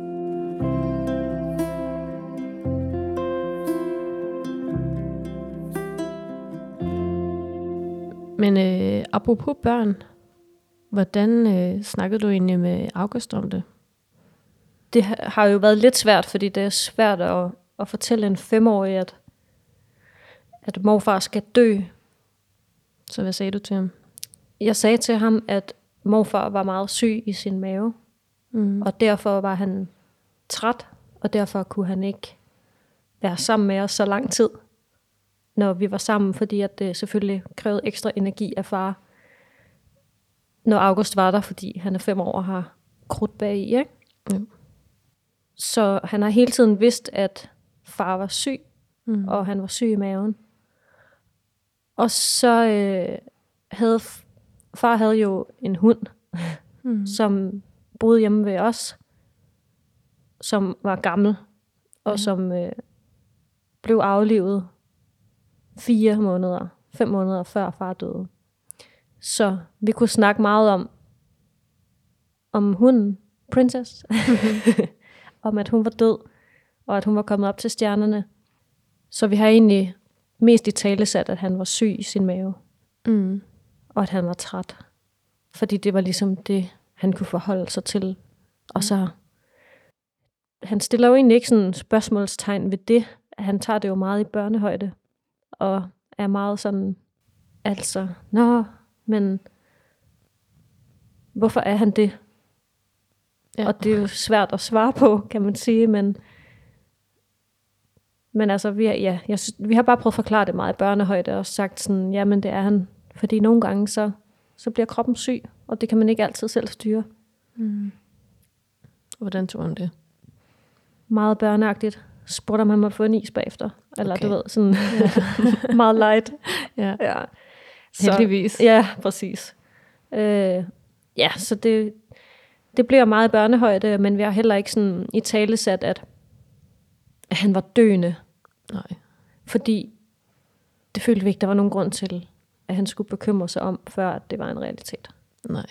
Men øh, apropos børn, hvordan øh, snakkede du egentlig med August om det? Det ha- har jo været lidt svært, fordi det er svært at, at fortælle en femårig, at, at morfar skal dø. Så hvad sagde du til ham? Jeg sagde til ham, at morfar var meget syg i sin mave, Mm. og derfor var han træt, og derfor kunne han ikke være sammen med os så lang tid, når vi var sammen, fordi at det selvfølgelig krævede ekstra energi af far, når August var der, fordi han er fem år og har krudt bag i, ikke? Ja. Så han har hele tiden vidst, at far var syg, Mm. og han var syg i maven. Og så øh, havde f- far havde jo en hund, Mm. som boede hjemme ved os, som var gammel, og Ja. som øh, blev aflivet fire måneder, fem måneder før far døde. Så vi kunne snakke meget om, om hunden, Princess, om at hun var død, og at hun var kommet op til stjernerne. Så vi har egentlig mest i tale sat, at han var syg i sin mave, Mm. og at han var træt. Fordi det var ligesom det, han kunne forholde sig til. Og så, han stiller jo egentlig ikke sådan spørgsmålstegn ved det. Han tager det jo meget i børnehøjde, og er meget sådan, altså, nå, men hvorfor er han det? Ja. Og det er jo svært at svare på, kan man sige, men, men altså, vi, har, ja, jeg, synes- vi har bare prøvet at forklare det meget i børnehøjde, og sagt sådan, jamen det er han, fordi nogle gange så, så bliver kroppen syg, og det kan man ikke altid selv styre. Mm. Hvordan tog han det? Meget børneagtigt. Spurgte om han måtte få en is bagefter, eller Okay. du ved, sådan meget light. Ja, Ja. heldigvis. Ja, præcis. Øh, ja, så det, det bliver meget børnehøjde, men vi har heller ikke sådan i tale sat, at, at han var døende, Nej. fordi det følte vi ikke, der var nogen grund til, at han skulle bekymre sig om, før at det var en realitet. Nej.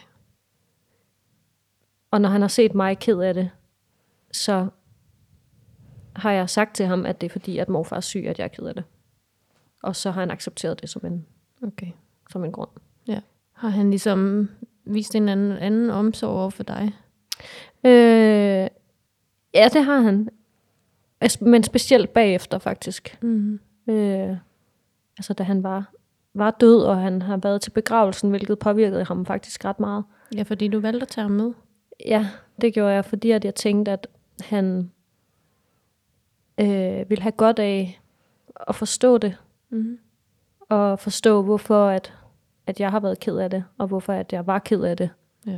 Og når han har set mig ked af det, så har jeg sagt til ham, at det er fordi, at morfar er syg, at jeg er ked af det. Og så har han accepteret det som en, Okay. som en grund. Har han ligesom vist en anden, anden omsorg over for dig? Øh, ja, det har han. Altså, men specielt bagefter, faktisk. Mm. Øh, altså, da han var, var død, og han har været til begravelsen, hvilket påvirkede ham faktisk ret meget. Ja, fordi du valgte at tage ham med. Ja, det gjorde jeg, fordi at jeg tænkte, at han øh, ville have godt af at forstå det, Mm. og forstå, hvorfor at, at jeg har været ked af det, og hvorfor at jeg var ked af det.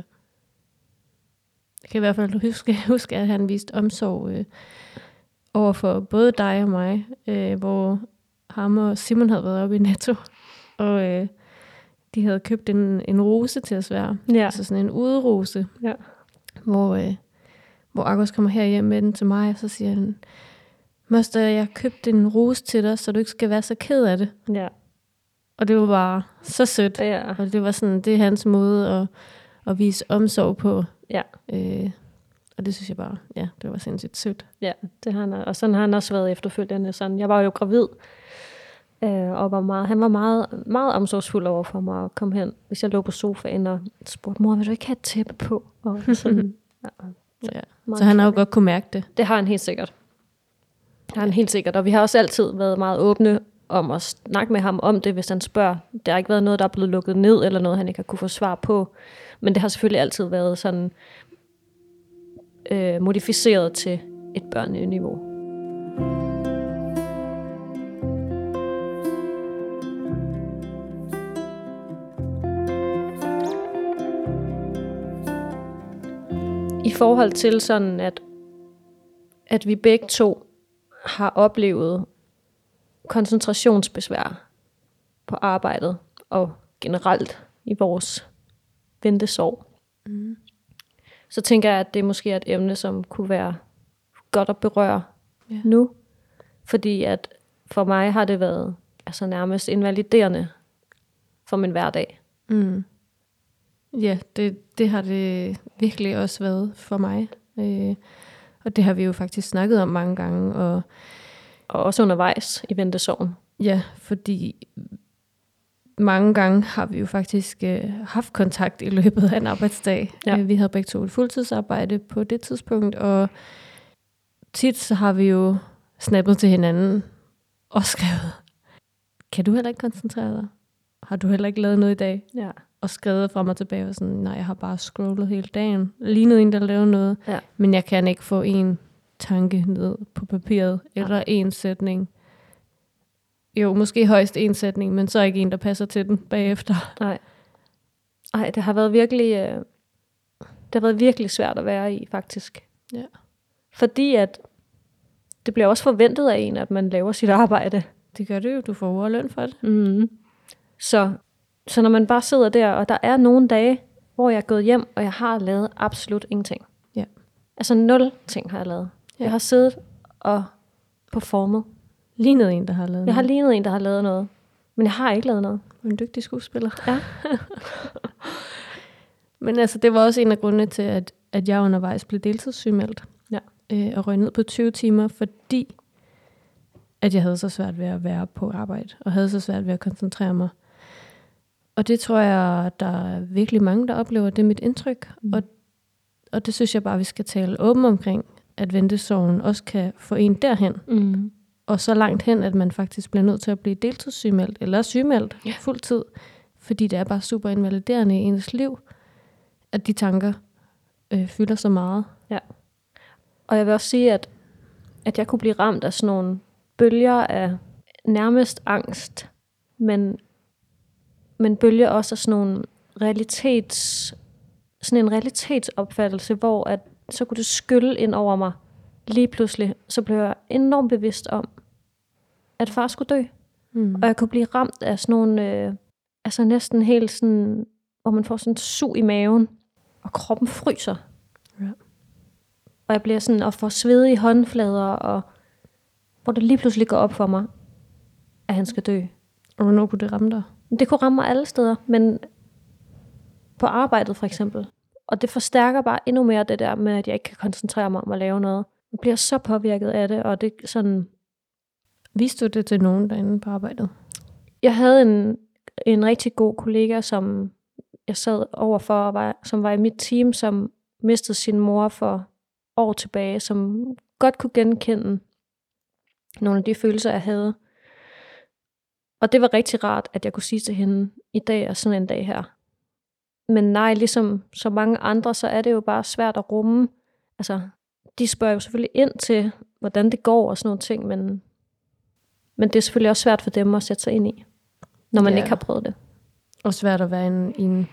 Jeg kan i hvert fald huske, huske at han viste omsorg øh, over for både dig og mig, øh, hvor ham og Simon havde været oppe i Netto, og øh, de havde købt en, en rose til os hver. Ja. Altså sådan en uderose, Ja. hvor, øh, hvor August kommer her hjem med den til mig, og så siger han, Moster, jeg købte en rose til dig, så du ikke skal være så ked af det. Ja. Og det var bare så sødt. Ja. Og det var sådan, det er hans måde at, at vise omsorg på. Ja. Øh, og det synes jeg bare, ja, det var sindssygt sødt. Ja, det har han, og sådan har han også været efterfølgende. Sådan, jeg var jo gravid, øh, og var meget, han var meget, meget omsorgsfuld over for mig at komme hen, hvis jeg lå på sofaen og spurgte, mor, vil du ikke have et tæppe på? Og sådan, ja, Ja. meget Så han har jo kærlig. godt kunne mærke det. Det har han helt sikkert. Det har han helt sikkert, og vi har også altid været meget åbne om at snakke med ham om det, hvis han spørger. Der har ikke været noget, der er blevet lukket ned, eller noget, han ikke har kunne få svar på. Men det har selvfølgelig altid været sådan øh, modificeret til et børneniveau. i forhold til sådan, at, at vi begge to har oplevet koncentrationsbesvær på arbejdet, og generelt i vores ventesorg, mm. så tænker jeg, at det måske er et emne, som kunne være godt at berøre yeah. nu. Fordi at for mig har det været altså nærmest invaliderende for min hverdag. Mm. Ja, det, det har det virkelig også været for mig. Øh, og det har vi jo faktisk snakket om mange gange. Og, og også undervejs i ventesorgen. Ja, fordi mange gange har vi jo faktisk øh, haft kontakt i løbet af en arbejdsdag. Ja. Vi havde begge to et fuldtidsarbejde på det tidspunkt, og tit så har vi jo snappet til hinanden og skrevet, kan du heller ikke koncentrere dig? Har du heller ikke lavet noget i dag? Ja. Og skrevet frem og tilbage og sådan, nej, jeg har bare scrollet hele dagen. Lignede en, der lavede noget, ja. Men jeg kan ikke få en tanke ned på papiret, eller ja. en sætning. Jo, måske højst en sætning, men så ikke en, der passer til den bagefter. Nej. Ej, det har været virkelig, øh, det har været virkelig svært at være i, faktisk. Ja. Fordi at det bliver også forventet af en, at man laver sit arbejde. Det gør det jo, du får ord løn for det. Mm-hmm. Så, så når man bare sidder der, og der er nogle dage, hvor jeg er gået hjem, og jeg har lavet absolut ingenting. Ja. Altså nul ting har jeg lavet. Ja. Jeg har siddet og performet. Lignet en, der har lavet jeg noget. Jeg har lignet en, der har lavet noget. Men jeg har ikke lavet noget. Du er en dygtig skuespiller. Ja. Men altså, det var også en af grundene til, at, at jeg undervejs blev deltidssygemeldt. Ja. Øh, og røg ned på tyve timer, fordi at jeg havde så svært ved at være på arbejde, og havde så svært ved at koncentrere mig. Og det tror jeg, der er virkelig mange, der oplever. Det er mit indtryk. Mm. Og, og det synes jeg bare, vi skal tale åbent omkring, at ventesorgen også kan få en derhen. Mm. Og så langt hen, at man faktisk bliver nødt til at blive deltidssygemeldt, eller sygemeldt ja. fuldtid. Fordi det er bare super invaliderende i ens liv, at de tanker øh, fylder så meget. Ja. Og jeg vil også sige, at, at jeg kunne blive ramt af sådan nogle bølger af nærmest angst, men, men bølger også af sådan nogle realitets, sådan en realitetsopfattelse, hvor at, så kunne det skylle ind over mig. Lige pludselig, så blev jeg enormt bevidst om, at far skulle dø. Mm. Og jeg kunne blive ramt af sådan nogle, øh, altså næsten helt sådan, hvor man får sådan en sug i maven, og kroppen fryser. Ja. Og jeg bliver sådan, og får svedige håndflader, og hvor det lige pludselig går op for mig, at han skal dø. Og hvornår kunne det ramme dig? Det kunne ramme mig alle steder, men på arbejdet for eksempel. Og det forstærker bare endnu mere det der med, at jeg ikke kan koncentrere mig om at lave noget. Jeg bliver så påvirket af det, og det sådan... Viste du det til nogen derinde på arbejdet? Jeg havde en, en rigtig god kollega, som jeg sad overfor, og var, som var i mit team, som mistede sin mor for år tilbage, som godt kunne genkende nogle af de følelser, jeg havde. Og det var rigtig rart, at jeg kunne sige til hende, i dag er sådan en dag her. Men nej, ligesom så mange andre, så er det jo bare svært at rumme. Altså, de spørger jo selvfølgelig ind til, hvordan det går og sådan nogle ting, men, men det er selvfølgelig også svært for dem at sætte sig ind i, når man ja. ikke har prøvet det. Og svært at være en, i, en,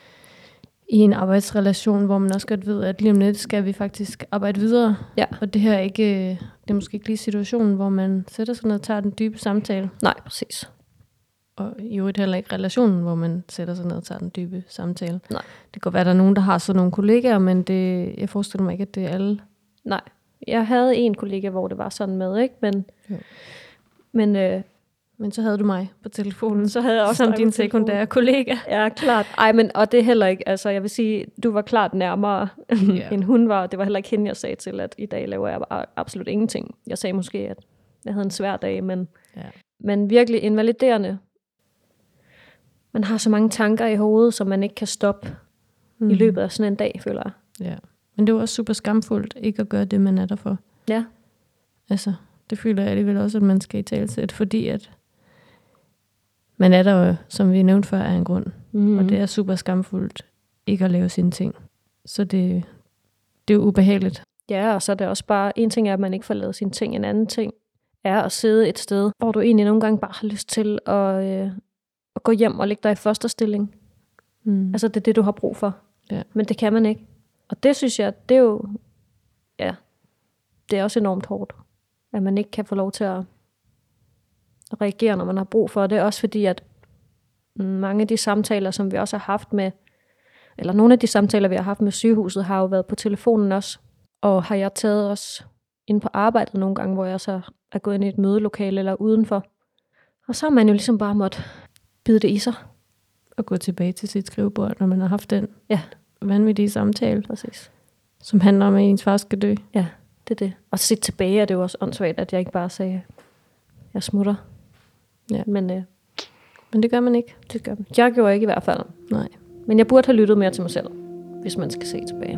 i en arbejdsrelation, hvor man også godt ved, at lige om lidt skal vi faktisk arbejde videre. Ja. Og det her er ikke, det er måske ikke lige situationen, hvor man sætter sig ned og tager den dybe samtale. Nej, præcis. Og i øvrigt heller ikke relationen, hvor man sætter sig ned og tager den dybe samtale. Nej. Det kan være, at der er nogen, der har sådan nogle kollegaer, men det, jeg forestiller mig ikke, at det er alle. Nej, jeg havde en kollega, hvor det var sådan med, ikke? Men, men, øh, men så havde du mig på telefonen, så havde jeg også som din sekundære kollega. Ja, klart. Ej, men, og det er heller ikke, altså jeg vil sige, du var klart nærmere, yeah. end hun var. Det var heller ikke hende, jeg sagde til, at i dag laver jeg absolut ingenting. Jeg sagde måske, at jeg havde en svær dag, men, yeah. men virkelig invaliderende. Man har så mange tanker i hovedet, som man ikke kan stoppe mm. i løbet af sådan en dag, føler jeg. Ja, men det var også super skamfuldt, ikke at gøre det, man er der for. Ja. Altså, det føler jeg alligevel også, at man skal i talesæt, fordi at man er der jo, som vi nævnte før, af en grund. Mm. Og det er super skamfuldt, ikke at lave sine ting. Så det, det er jo ubehageligt. Ja, og så er det også bare, en ting er, at man ikke får lavet sine ting, en anden ting er at sidde et sted, hvor du egentlig nogle gange bare har lyst til at... Øh, at gå hjem og lægge dig i første stilling. Mm. Altså det er det, du har brug for. Ja. Men det kan man ikke. Og det synes jeg, det er jo, ja, det er også enormt hårdt, at man ikke kan få lov til at reagere, når man har brug for det. Også fordi, at mange af de samtaler, som vi også har haft med, eller nogle af de samtaler, vi har haft med sygehuset, har jo været på telefonen også. Og har jeg taget også ind på arbejdet nogle gange, hvor jeg så er gået ind i et mødelokale eller udenfor. Og så har man jo ligesom bare måtte bide det i sig. Og gå tilbage til sit skrivebord, når man har haft den Ja. vanvittige samtale, Præcis. som handler om, at ens far skal dø. Ja, det er det. Og så sit tilbage er det jo også åndssvagt, at jeg ikke bare sagde, jeg smutter. Ja. Men øh, Men det gør man ikke. det gør man. Jeg gjorde ikke i hvert fald. Nej. Men jeg burde have lyttet mere til mig selv, hvis man skal se tilbage.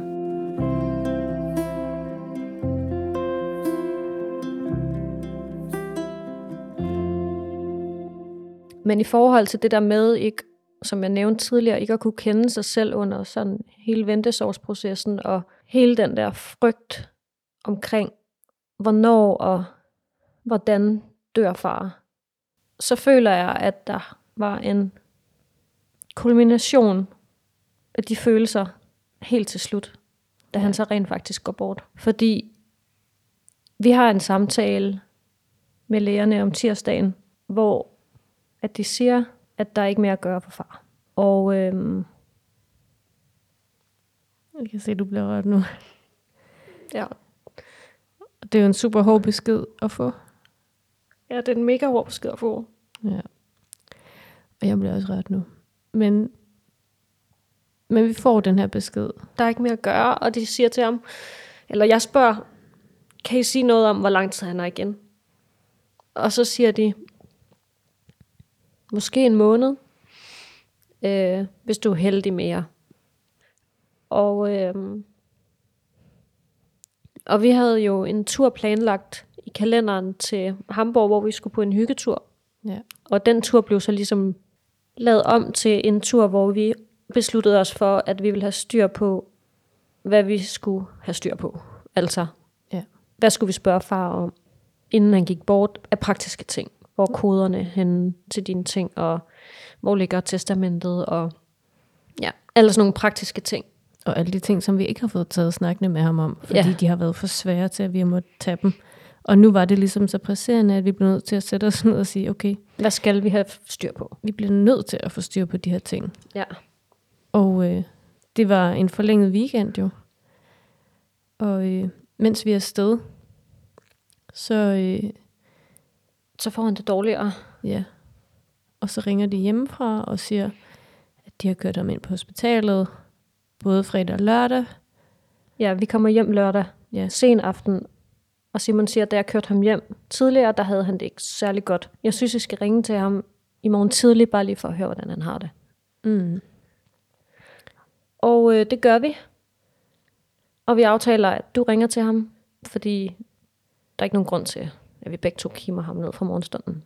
Men i forhold til det der med, ikke, som jeg nævnte tidligere, ikke at kunne kende sig selv under sådan hele ventesorgsprocessen, og hele den der frygt omkring, hvornår og hvordan dør far, så føler jeg, at der var en kulmination af de følelser helt til slut, da han så rent faktisk går bort. Fordi vi har en samtale med lægerne om tirsdagen, hvor at de siger, at der er ikke mere at gøre for far. Og øhm, Jeg kan se, at du bliver rørt nu. ja, Og det er jo en super hård besked at få. ja, det er en mega hård besked at få. Ja. Og jeg bliver også rørt nu. Men, men vi får den her besked. Der er ikke mere at gøre, og de siger til ham, eller jeg spørger, kan I sige noget om, hvor lang tid han er igen? Og så siger de, måske en måned, øh, hvis du er heldig mere. Og, øh, og vi havde jo en tur planlagt i kalenderen til Hamburg, hvor vi skulle på en hyggetur. Ja. Og den tur blev så ligesom lavet om til en tur, hvor vi besluttede os for, at vi ville have styr på, hvad vi skulle have styr på. Altså, Ja. hvad skulle vi spørge far om, inden han gik bort af praktiske ting. Hvor koderne hen til dine ting, og hvor ligger testamentet, og ja, alle sådan nogle praktiske ting. Og alle de ting, som vi ikke har fået taget snakkende med ham om, fordi Ja. de har været for svære til, at vi har måttet tage dem. Og nu var det ligesom så presserende, at vi blev nødt til at sætte os ned og sige, okay, Hvad skal vi have styr på? vi bliver nødt til at få styr på de her ting. Ja. Og øh, det var en forlænget weekend jo. Og øh, mens vi er afsted, så øh, Så får han det dårligere. ja. Og så ringer de hjemmefra og siger, at de har kørt ham ind på hospitalet, både fredag og lørdag. Ja, vi kommer hjem lørdag, Ja. sen aften, og Simon siger, at da jeg kørte ham hjem tidligere, der havde han det ikke særlig godt. Jeg synes, jeg skal ringe til ham i morgen tidlig, bare lige for at høre, hvordan han har det. Mm. Og øh, det gør vi. Og vi aftaler, at du ringer til ham, fordi der er ikke nogen grund til, at vi begge to kimer ham ned fra morgenstunden.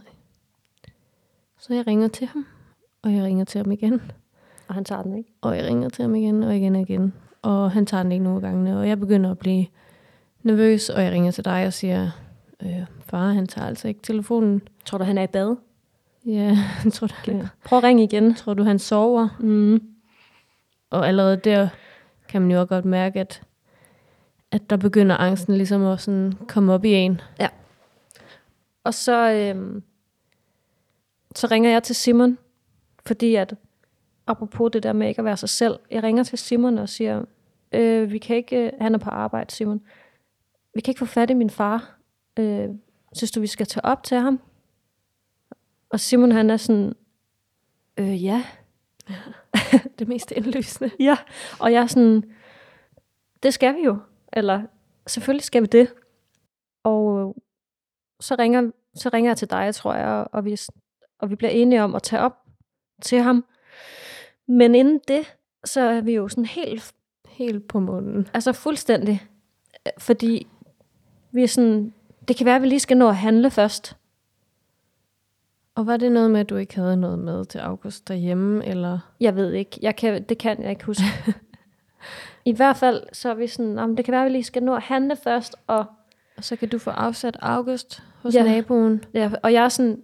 Så jeg ringer til ham, og jeg ringer til ham igen, Og han tager den, ikke? og jeg ringer til ham igen, og igen og igen. Og han tager den ikke nogen gange, og jeg begynder at blive nervøs, og jeg ringer til dig og siger, øh, far, han tager altså ikke telefonen. Tror du, han er i bad? Ja, jeg tror, du, Ja. Prøv at ringe igen. tror du, han sover? Mm. Og allerede der kan man jo også godt mærke, at, at der begynder angsten ligesom at sådan komme op i en. Og så, øhm, så ringer jeg til Simon, fordi at, apropos det der med ikke at være sig selv, jeg ringer til Simon og siger, øh, vi kan ikke, han er på arbejde, Simon, vi kan ikke få fat i min far. Øh, synes du, vi skal tage op til ham? Og Simon, han er sådan, øh, ja. Det mest indlysende. Ja, og jeg er sådan, det skal vi jo. Eller, selvfølgelig skal vi det. Og så ringer, så ringer jeg til dig, tror jeg, og vi, og vi bliver enige om at tage op til ham. Men inden det, så er vi jo sådan helt, Helt på munden. altså fuldstændig. Fordi vi er sådan, det kan være, at vi lige skal nå at handle først. Og var det noget med, at du ikke havde noget med til August derhjemme, eller? Jeg ved ikke, jeg kan, det kan jeg ikke huske. I hvert fald, så er vi sådan, om det kan være, at vi lige skal nå at handle først, og Og så kan du få afsat August hos Ja. naboen. Ja, og jeg er sådan,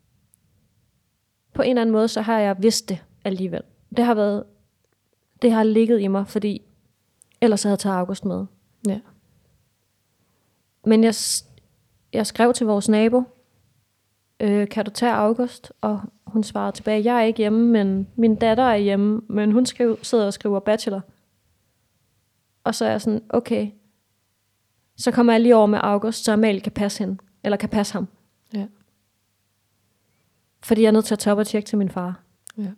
på en eller anden måde, så har jeg vidst det alligevel. Det har været, det har ligget i mig, fordi Ellers havde jeg taget August med. Ja. Men jeg, jeg skrev til vores nabo, øh, kan du tage August? Og hun svarede tilbage, jeg er ikke hjemme, men min datter er hjemme, men hun skriver, sidder og skriver bachelor. Og så er jeg sådan, okay, så kommer jeg lige over med August, så Amalie kan passe hende, eller kan passe ham. Ja. Fordi jeg er nødt til at tage op og tjekke til min far. Ja.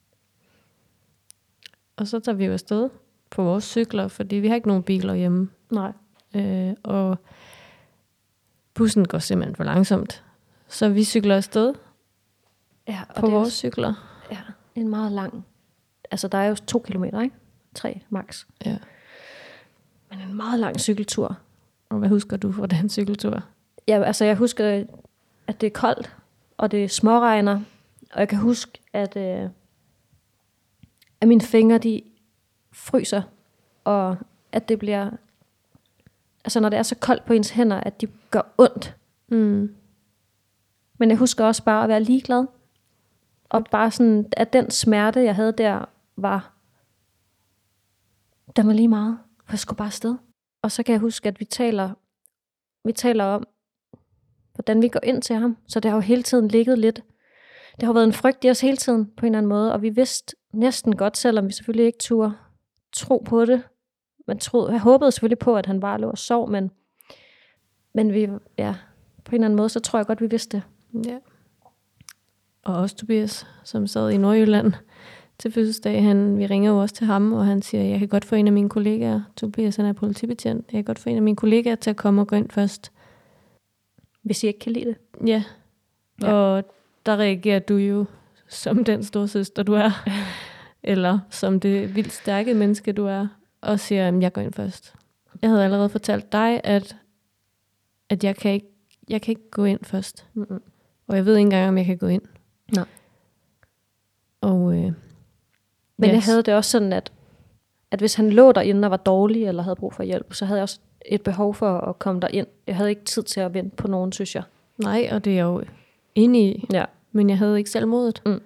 Og så tager vi jo afsted på vores cykler, fordi vi har ikke nogen biler hjemme. Nej. Øh, og bussen går simpelthen for langsomt. Så vi cykler afsted Ja, og på det er vores også, cykler. ja, en meget lang. Altså, der er jo to kilometer, ikke? Tre, max. Ja. Men en meget lang cykeltur. Og hvad husker du fra den cykeltur? Ja, altså, jeg husker, at det er koldt, og det småregner. Og jeg kan huske, at, øh, at mine fingre, de fryser. Og at det bliver... Altså, når det er så koldt på ens hænder, at de gør ondt. Mm. Men jeg husker også bare at være ligeglad. Og bare sådan, at den smerte, jeg havde der, var... Den var lige meget. For jeg skulle bare afsted. Og så kan jeg huske, at vi taler, vi taler om, hvordan vi går ind til ham. Så det har jo hele tiden ligget lidt. Det har været en frygt i os hele tiden, på en eller anden måde. Og vi vidste næsten godt, selvom vi selvfølgelig ikke turde tro på det. Man troede, jeg håbede selvfølgelig på, at han bare lå og sov, men, men vi, ja, på en eller anden måde, så tror jeg godt, vi vidste det. Ja. Og også Tobias, som sad i Nordjylland til fødselsdag, han, vi ringer jo også til ham, og han siger, jeg kan godt få en af mine kollegaer, Tobias han er politibetjent, jeg kan godt få en af mine kollegaer til at komme og gå ind først. Hvis I ikke kan lide det. Ja, ja. Og der reagerer du jo som den storsøster, du er, eller som det vildt stærke menneske, du er, og siger, at jeg går ind først. Jeg havde allerede fortalt dig, at, at jeg, kan ikke, jeg kan ikke gå ind først. Mm-mm. Og jeg ved ikke engang, om jeg kan gå ind. Nej. Og, øh, Men yes. jeg havde det også sådan, at, at hvis han lå derinde og var dårlig, eller havde brug for hjælp, så havde jeg også et behov for at komme derind. Jeg havde ikke tid til at vente på nogen, synes jeg. Nej, og det er jeg jo enig i. Ja. Men jeg havde ikke selv modet. Mm.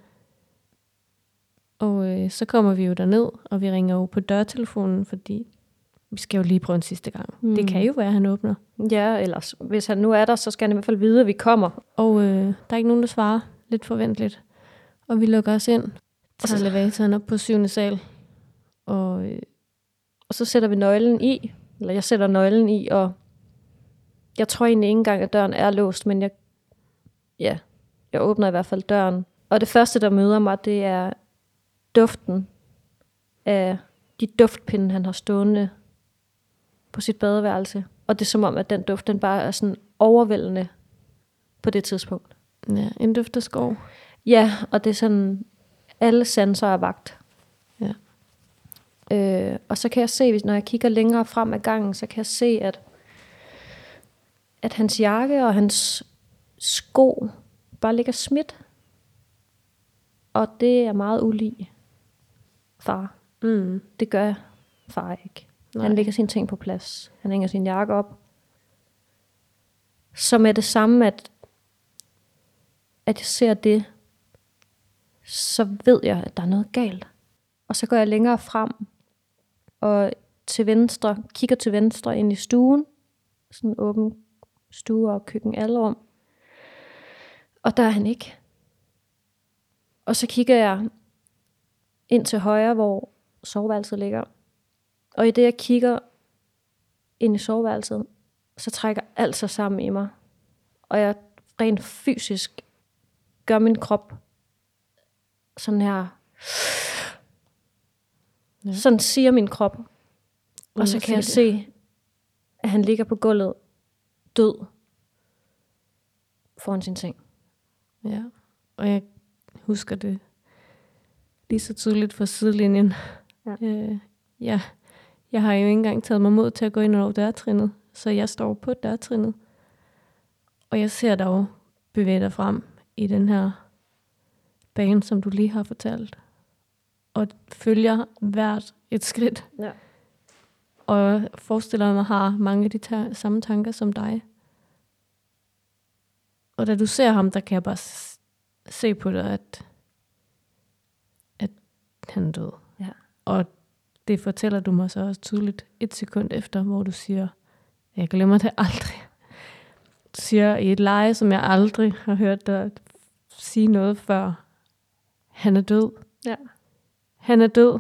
Og øh, så kommer vi jo derned, og vi ringer jo på dørtelefonen, fordi vi skal jo lige prøve en sidste gang. Mm. Det kan jo være, at han åbner. Ja, ellers hvis han nu er der, så skal han i hvert fald vide, at vi kommer. Og øh, der er ikke nogen, der svarer. Lidt forventeligt. Og vi lukker os ind. Tager så... elevatoren op på syvende sal. Og, øh, og så sætter vi nøglen i. Eller jeg sætter nøglen i, og jeg tror egentlig ikke engang, at døren er låst, men jeg, ja, jeg åbner i hvert fald døren. Og det første, der møder mig, det er duften af de duftpinde, han har stående på sit badeværelse. Og det er som om, at den duft, den bare er sådan overvældende på det tidspunkt. Ja, en duft af skov. Ja, og det er sådan, alle sanser er vagt. Ja. Øh, og så kan jeg se, hvis når jeg kigger længere frem ad gangen, så kan jeg se, at, at hans jakke og hans sko bare ligger smidt. Og det er meget ulig far. Mm. Det gør far ikke. Nej. Han lægger sine ting på plads. Han hænger sin jakke op. Så med det samme, at, at jeg ser det, så ved jeg, at der er noget galt. Og så går jeg længere frem, og til venstre, kigger til venstre ind i stuen. Sådan en åben stue og køkken, alrum. Og der er han ikke. Og så kigger jeg ind til højre, hvor soveværelset ligger. Og i det, jeg kigger ind i soveværelset, så trækker alt sig sammen i mig. Og jeg rent fysisk gør min krop sådan her. Ja. Sådan siger min krop. Og så kan jeg se, at han ligger på gulvet, død, foran sin seng. Ja, og jeg husker det lige så tydeligt fra sidelinjen. Ja. Øh, ja. Jeg har jo ikke engang taget mig mod til at gå ind over dørtrinnet, så jeg står på dørtrinnet. Og jeg ser dig jo bevæge dig frem i den her bane, som du lige har fortalt. Og følger hvert et skridt. Ja. Og forestiller mig, har mange af de ta- samme tanker som dig. Og da du ser ham, der kan jeg bare s- se på dig, at, at han er død. Ja. Og det fortæller du mig så også tydeligt et sekund efter, hvor du siger, jeg glemmer det aldrig. Du siger i et leje, som jeg aldrig har hørt dig sige noget før. Han er død. Ja. Han er død.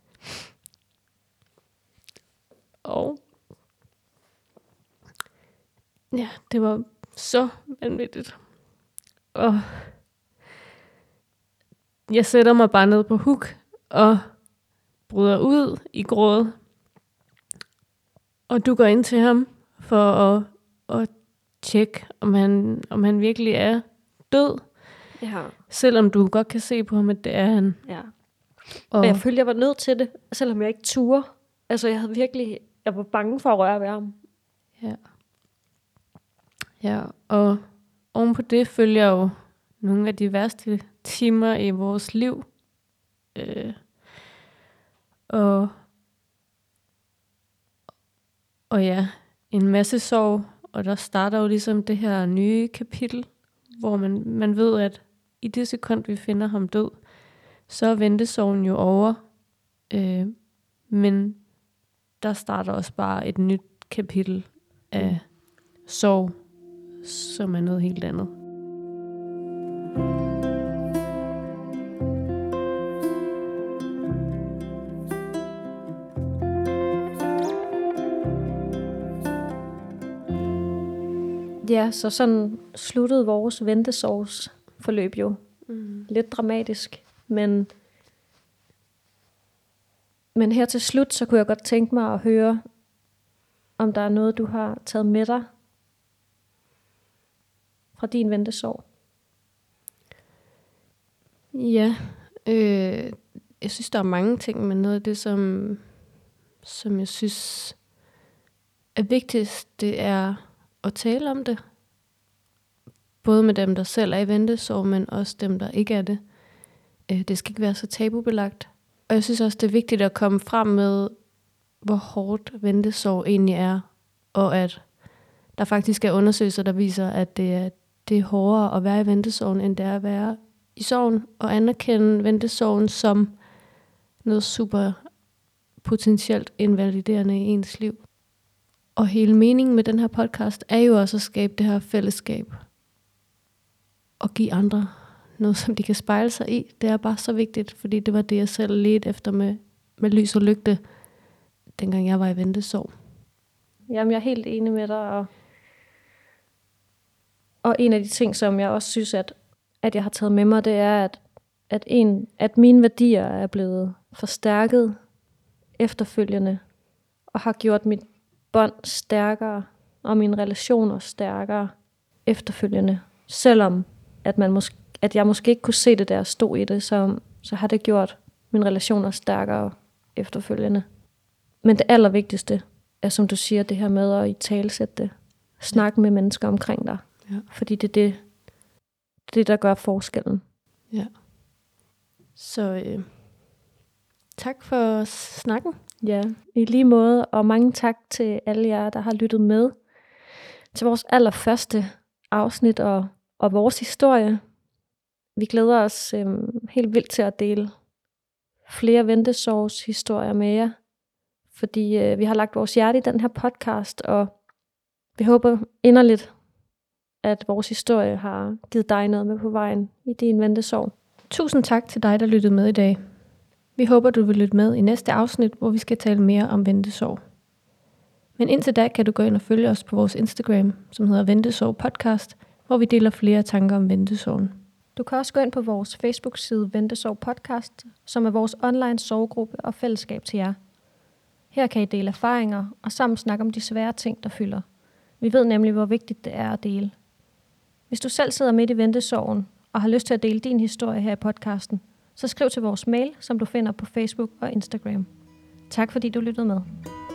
Og ja, det var så vanvittigt. Og jeg sætter mig bare ned på huk og bryder ud i gråd. Og du går ind til ham for at, at tjekke, om han, om han virkelig er død. Ja. Selvom du godt kan se på ham, at det er han. Ja. Og, og jeg følte, jeg var nødt til det, selvom jeg ikke turde. Altså, jeg havde virkelig, jeg var bange for at røre ved ham. Ja. Ja, og oven på det følger jo nogle af de værste timer i vores liv. Øh, og, og ja, en masse sorg, og der starter jo ligesom det her nye kapitel, hvor man, man ved, at i det sekund, vi finder ham død, så er ventesorgen jo over. Øh, men der starter også bare et nyt kapitel af sorg, som er noget helt andet. Ja, så sådan sluttede vores ventesorgsforløb jo. Mm. Lidt dramatisk, men, men her til slut, så kunne jeg godt tænke mig at høre, om der er noget, du har taget med dig fra din ventesorg. Ja, øh, jeg synes, der er mange ting, men noget af det, som, som jeg synes er vigtigst, det er at tale om det. Både med dem, der selv er i ventesorg, men også dem, der ikke er det. Øh, det skal ikke være så tabubelagt. Og jeg synes også, det er vigtigt at komme frem med, hvor hårdt ventesorg egentlig er, og at der faktisk er undersøgelser, der viser, at det er, det er hårdere at være i ventesorgen, end det er at være i sorgen, og anerkende ventesorgen som noget super potentielt invaliderende i ens liv. Og hele meningen med den her podcast er jo også at skabe det her fællesskab, og give andre noget, som de kan spejle sig i. Det er bare så vigtigt, fordi det var det, jeg selv ledte efter med, med lys og lygte, dengang jeg var i ventesorg. Jamen, jeg er helt enig med dig, og, og en af de ting, som jeg også synes, at, at jeg har taget med mig, det er, at, at, en, at mine værdier er blevet forstærket efterfølgende, og har gjort mit bånd stærkere, og mine relationer stærkere efterfølgende. Selvom at, man mås- at jeg måske ikke kunne se det der stå i det, så, så har det gjort mine relationer stærkere efterfølgende. Men det allervigtigste er, som du siger, det her med at italesætte det. Snakke med mennesker omkring dig. Ja. Fordi det er det, det, der gør forskellen. Ja. Så øh, tak for snakken. Ja, i lige måde. Og mange tak til alle jer, der har lyttet med til vores allerførste afsnit og, og vores historie. Vi glæder os øh, helt vildt til at dele flere ventesorgshistorier med jer. Fordi øh, vi har lagt vores hjerte i den her podcast, og vi håber inderligt, at vores historie har givet dig noget med på vejen i din ventesorg. Tusind tak til dig, der lyttede med i dag. Vi håber, du vil lytte med i næste afsnit, hvor vi skal tale mere om ventesorg. Men indtil da kan du gå ind og følge os på vores Instagram, som hedder Ventesorg Podcast, hvor vi deler flere tanker om ventesorgen. Du kan også gå ind på vores Facebook-side Ventesorg Podcast, som er vores online sorggruppe og fællesskab til jer. Her kan I dele erfaringer og sammen snakke om de svære ting, der fylder. Vi ved nemlig, hvor vigtigt det er at dele. Hvis du selv sidder midt i ventesorgen og har lyst til at dele din historie her i podcasten, så skriv til vores mail, som du finder på Facebook og Instagram. Tak fordi du lyttede med.